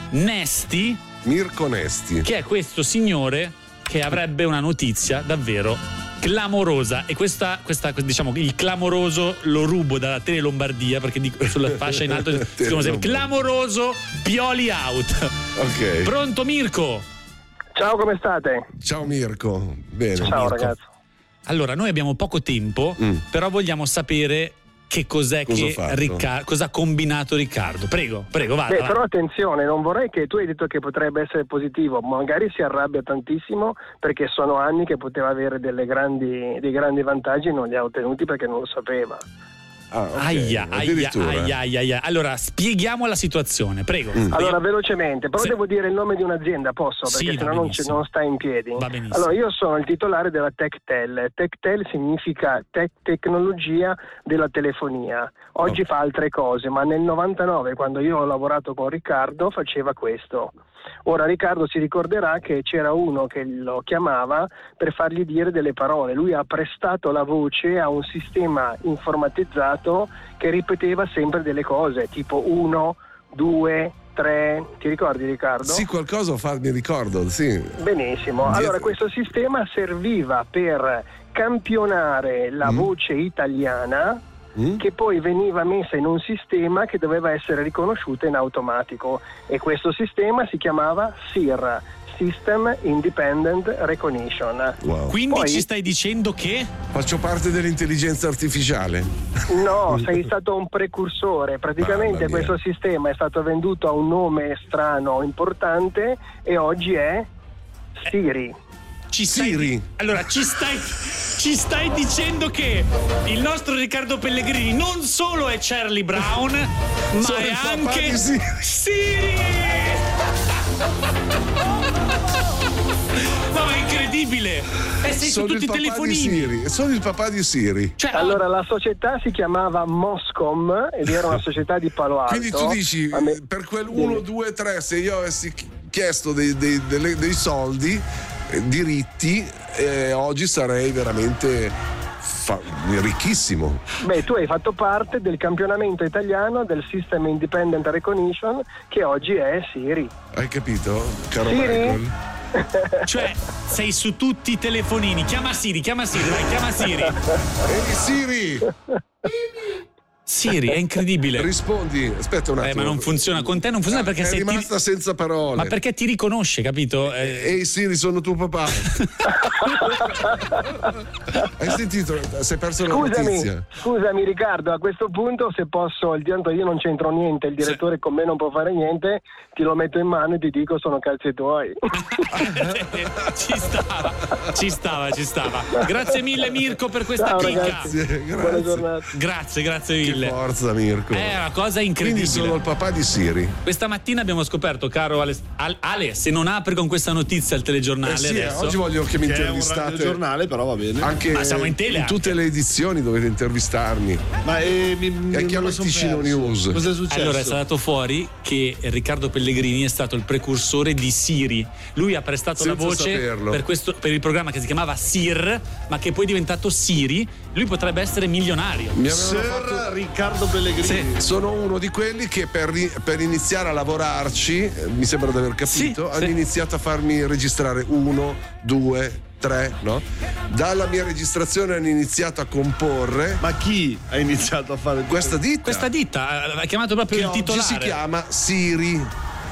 Nesti. Mirko Nesti. Che è questo signore che avrebbe una notizia davvero clamorosa. E questa, questa diciamo, il clamoroso lo rubo dalla Tele Lombardia, perché dico sulla fascia in alto scrivono sempre clamoroso Pioli out. Ok. Pronto Mirko? Ciao, come state? Ciao Mirko. Bene. Ciao Mirko. ragazzi. Allora, noi abbiamo poco tempo, mm. però vogliamo sapere che cos'è Cosa che Riccardo, cosa ha combinato Riccardo. Prego, prego, vada. Beh, va. però attenzione, non vorrei che tu hai detto che potrebbe essere positivo, magari si arrabbia tantissimo perché sono anni che poteva avere delle grandi, dei grandi vantaggi e non li ha ottenuti perché non lo sapeva. Ah, okay. Aia, aia, aia, aia, aia. Allora, spieghiamo la situazione, prego. Mm. Allora, velocemente, però sì. devo dire il nome di un'azienda, posso? Perché Sì, sennò non, ci, non sta in piedi. Va benissimo. Allora, io sono il titolare della Tectel. Tectel significa te- tecnologia della telefonia. Oggi oh. fa altre cose, ma nel novantanove, quando io ho lavorato con Riccardo, faceva questo. Ora Riccardo si ricorderà che c'era uno che lo chiamava per fargli dire delle parole. Lui ha prestato la voce a un sistema informatizzato che ripeteva sempre delle cose, tipo uno, due, tre. Ti ricordi, Riccardo? Sì, qualcosa fa, mi ricordo, sì. Benissimo. Allora questo sistema serviva per campionare la mm. voce italiana, Mm? che poi veniva messa in un sistema che doveva essere riconosciuta in automatico, e questo sistema si chiamava S I R, System Independent Recognition. Wow. Quindi poi, ci stai dicendo che faccio parte dell'intelligenza artificiale? No, sei stato un precursore. Praticamente questo sistema è stato venduto a un nome strano importante e oggi è Siri. Ci stai, Siri. Allora, ci stai, ci stai dicendo che il nostro Riccardo Pellegrini non solo è Charlie Brown, ma Sono è il papà anche di Siri. Siri! No, è incredibile. incredibile! E sei sono su tutti i il papà telefonini. di Siri. Sono il papà di Siri. Cioè, allora, la società si chiamava Moscom ed era una società di Palo Alto. Quindi tu dici, me... per quel uno, due, tre, se io avessi chiesto dei, dei, dei, dei soldi, eh, diritti, eh, oggi sarei veramente fa- ricchissimo. Beh, tu hai fatto parte del campionamento italiano del System Independent Recognition, che oggi è Siri. Hai capito, caro Siri? Michael? Cioè, sei su tutti i telefonini. Chiama Siri, chiama Siri, dai, chiama Siri. Ehi Siri! Siri, è incredibile. Rispondi, aspetta un attimo. Eh, ma non funziona, con te non funziona perché è sei rimasta ti... senza parole. Ma perché ti riconosce, capito? Eh... Ehi Siri, sono tuo papà. Hai sentito? Sei perso la Scusami, notizia. scusami Riccardo, a questo punto se posso, il tanto io non c'entro niente, il direttore con me non può fare niente, ti lo metto in mano e ti dico sono calzi tuoi. ci stava, ci stava, ci stava. Grazie mille Mirko per questa Ciao, chicca. ragazzi. Grazie, Buona giornata. Grazie, grazie mille. Che forza Mirko. È una cosa incredibile. Quindi sono il papà di Siri. Questa mattina abbiamo scoperto, caro Ale, Ale, se non apri con questa notizia il telegiornale Eh sì, adesso. oggi voglio che mi Che è un intervistate. radiogiornale, però va bene. Anche Ma siamo in tele in anche. tutte le edizioni dovete intervistarmi. Ma eh, mi, mi, E me chiama lo son Ticino perso. News. Cos'è successo? Allora è stato fuori che Riccardo Pellegrini è stato il precursore di Siri. Lui ha prestato Senza la voce saperlo. per, questo, per il programma che si chiamava Sir, ma che poi è diventato Siri. Lui potrebbe essere milionario. Mi avevano Sir fatto... Riccardo Pellegrini. Sì, sono uno di quelli che per, ri- per iniziare a lavorarci, eh, mi sembra di aver capito, Sì, hanno sì. iniziato a farmi registrare uno, due, tre, no? Dalla mia registrazione hanno iniziato a comporre. Ma chi ha iniziato a fare Questa ditta? Questa ditta ha chiamato proprio che il oggi titolare. si chiama Siri.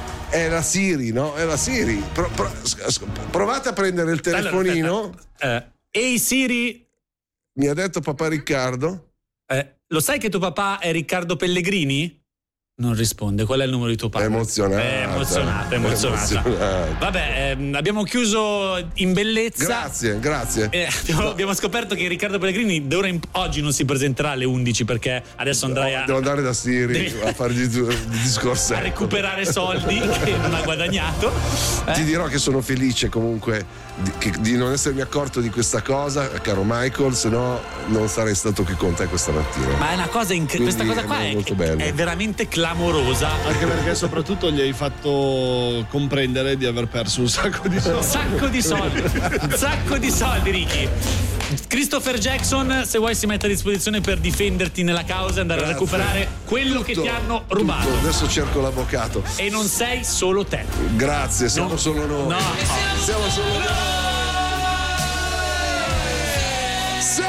È la Siri, no? È la Siri. Pro- pro- sc- provate a prendere il telefonino. Allora, aspetta. Eh, Ehi Siri, Mi ha detto papà Riccardo. eh, lo sai che tuo papà è Riccardo Pellegrini? Non risponde. Qual è il numero di tuo È padre? emozionata. È emozionata, è emozionata. emozionata. Vabbè, ehm, abbiamo chiuso in bellezza. Grazie, grazie. Eh, abbiamo, abbiamo scoperto che Riccardo Pellegrini d'ora in oggi non si presenterà alle undici perché adesso andrai a, Devo andare da Siri Devi- a fargli due discorsi. a recuperare soldi che non ha guadagnato. Eh? Ti dirò che sono felice comunque di, che- di non essermi accorto di questa cosa, caro Michael, se no non sarei stato qui con te questa mattina. Ma è una cosa incredibile. Questa Quindi cosa qua è è, molto bello. è veramente clamorosa. Anche perché soprattutto gli hai fatto comprendere di aver perso un sacco di soldi. Un sacco di soldi, un sacco di soldi, Ricky. Christopher Jackson, se vuoi, si mette a disposizione per difenderti nella causa e andare Grazie. a recuperare quello che Tutto, ti hanno rubato. tutto. Adesso cerco l'avvocato. E non sei solo te. Grazie, siamo No. solo noi. No. Siamo solo noi. Sì!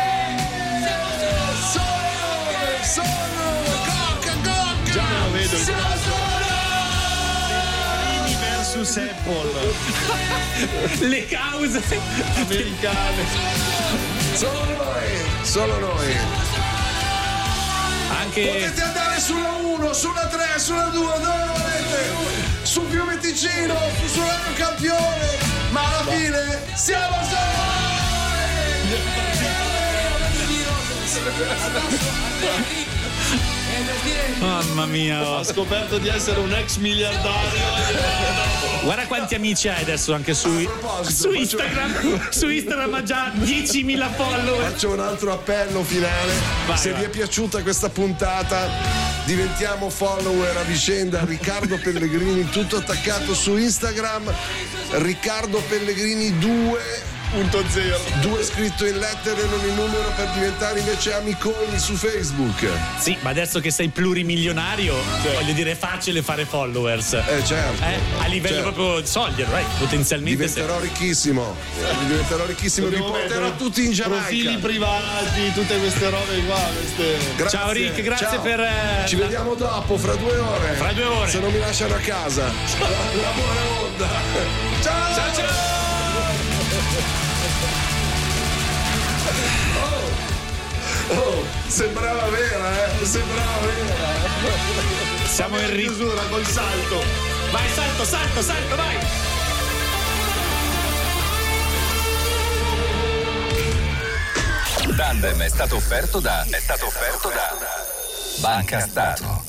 Sono, sono, cocca, cocca! Già me lo vedo. Siamo Pellegrini versus Apple. Le cause americane. Solo noi, solo noi. Anche Potete andare sulla uno, sulla tre, sulla due, dove volete. Su Fiume Ticino, su Radio Campione, ma alla fine siamo solo mamma mia. Ha scoperto di essere un ex miliardario. Guarda quanti amici hai adesso anche su, su Instagram. Su Instagram ha già diecimila follower. Faccio un altro appello finale. Vai, Se vai. vi è piaciuta questa puntata, diventiamo follower a vicenda. Riccardo Pellegrini, tutto attaccato su Instagram. Riccardo Pellegrini due. Punto zero. Due scritto in lettere, non in numero, per diventare invece amiconi su Facebook. Sì, ma adesso che sei plurimilionario, voglio dire, è facile fare followers. Eh certo. Eh, a livello Certo. proprio soldi, right? Potenzialmente. Diventerò ricchissimo. Diventerò ricchissimo. Vi Dobbiamo porterò mettere tutti in Giamaica. Profili privati, tutte queste robe qua. Queste... Grazie. Ciao Rick, grazie Ciao. per. eh, Ci vediamo dopo, fra due ore. Fra due ore. Se non mi lasciano a casa. La, la buona onda. Ciao. Ciao ciao. Oh, sembrava vera, eh? Sembrava vera. Siamo in ritmo. chiusura col salto. Vai, salto, salto, salto, vai. Tandem è stato offerto da è stato offerto da Banca Stato.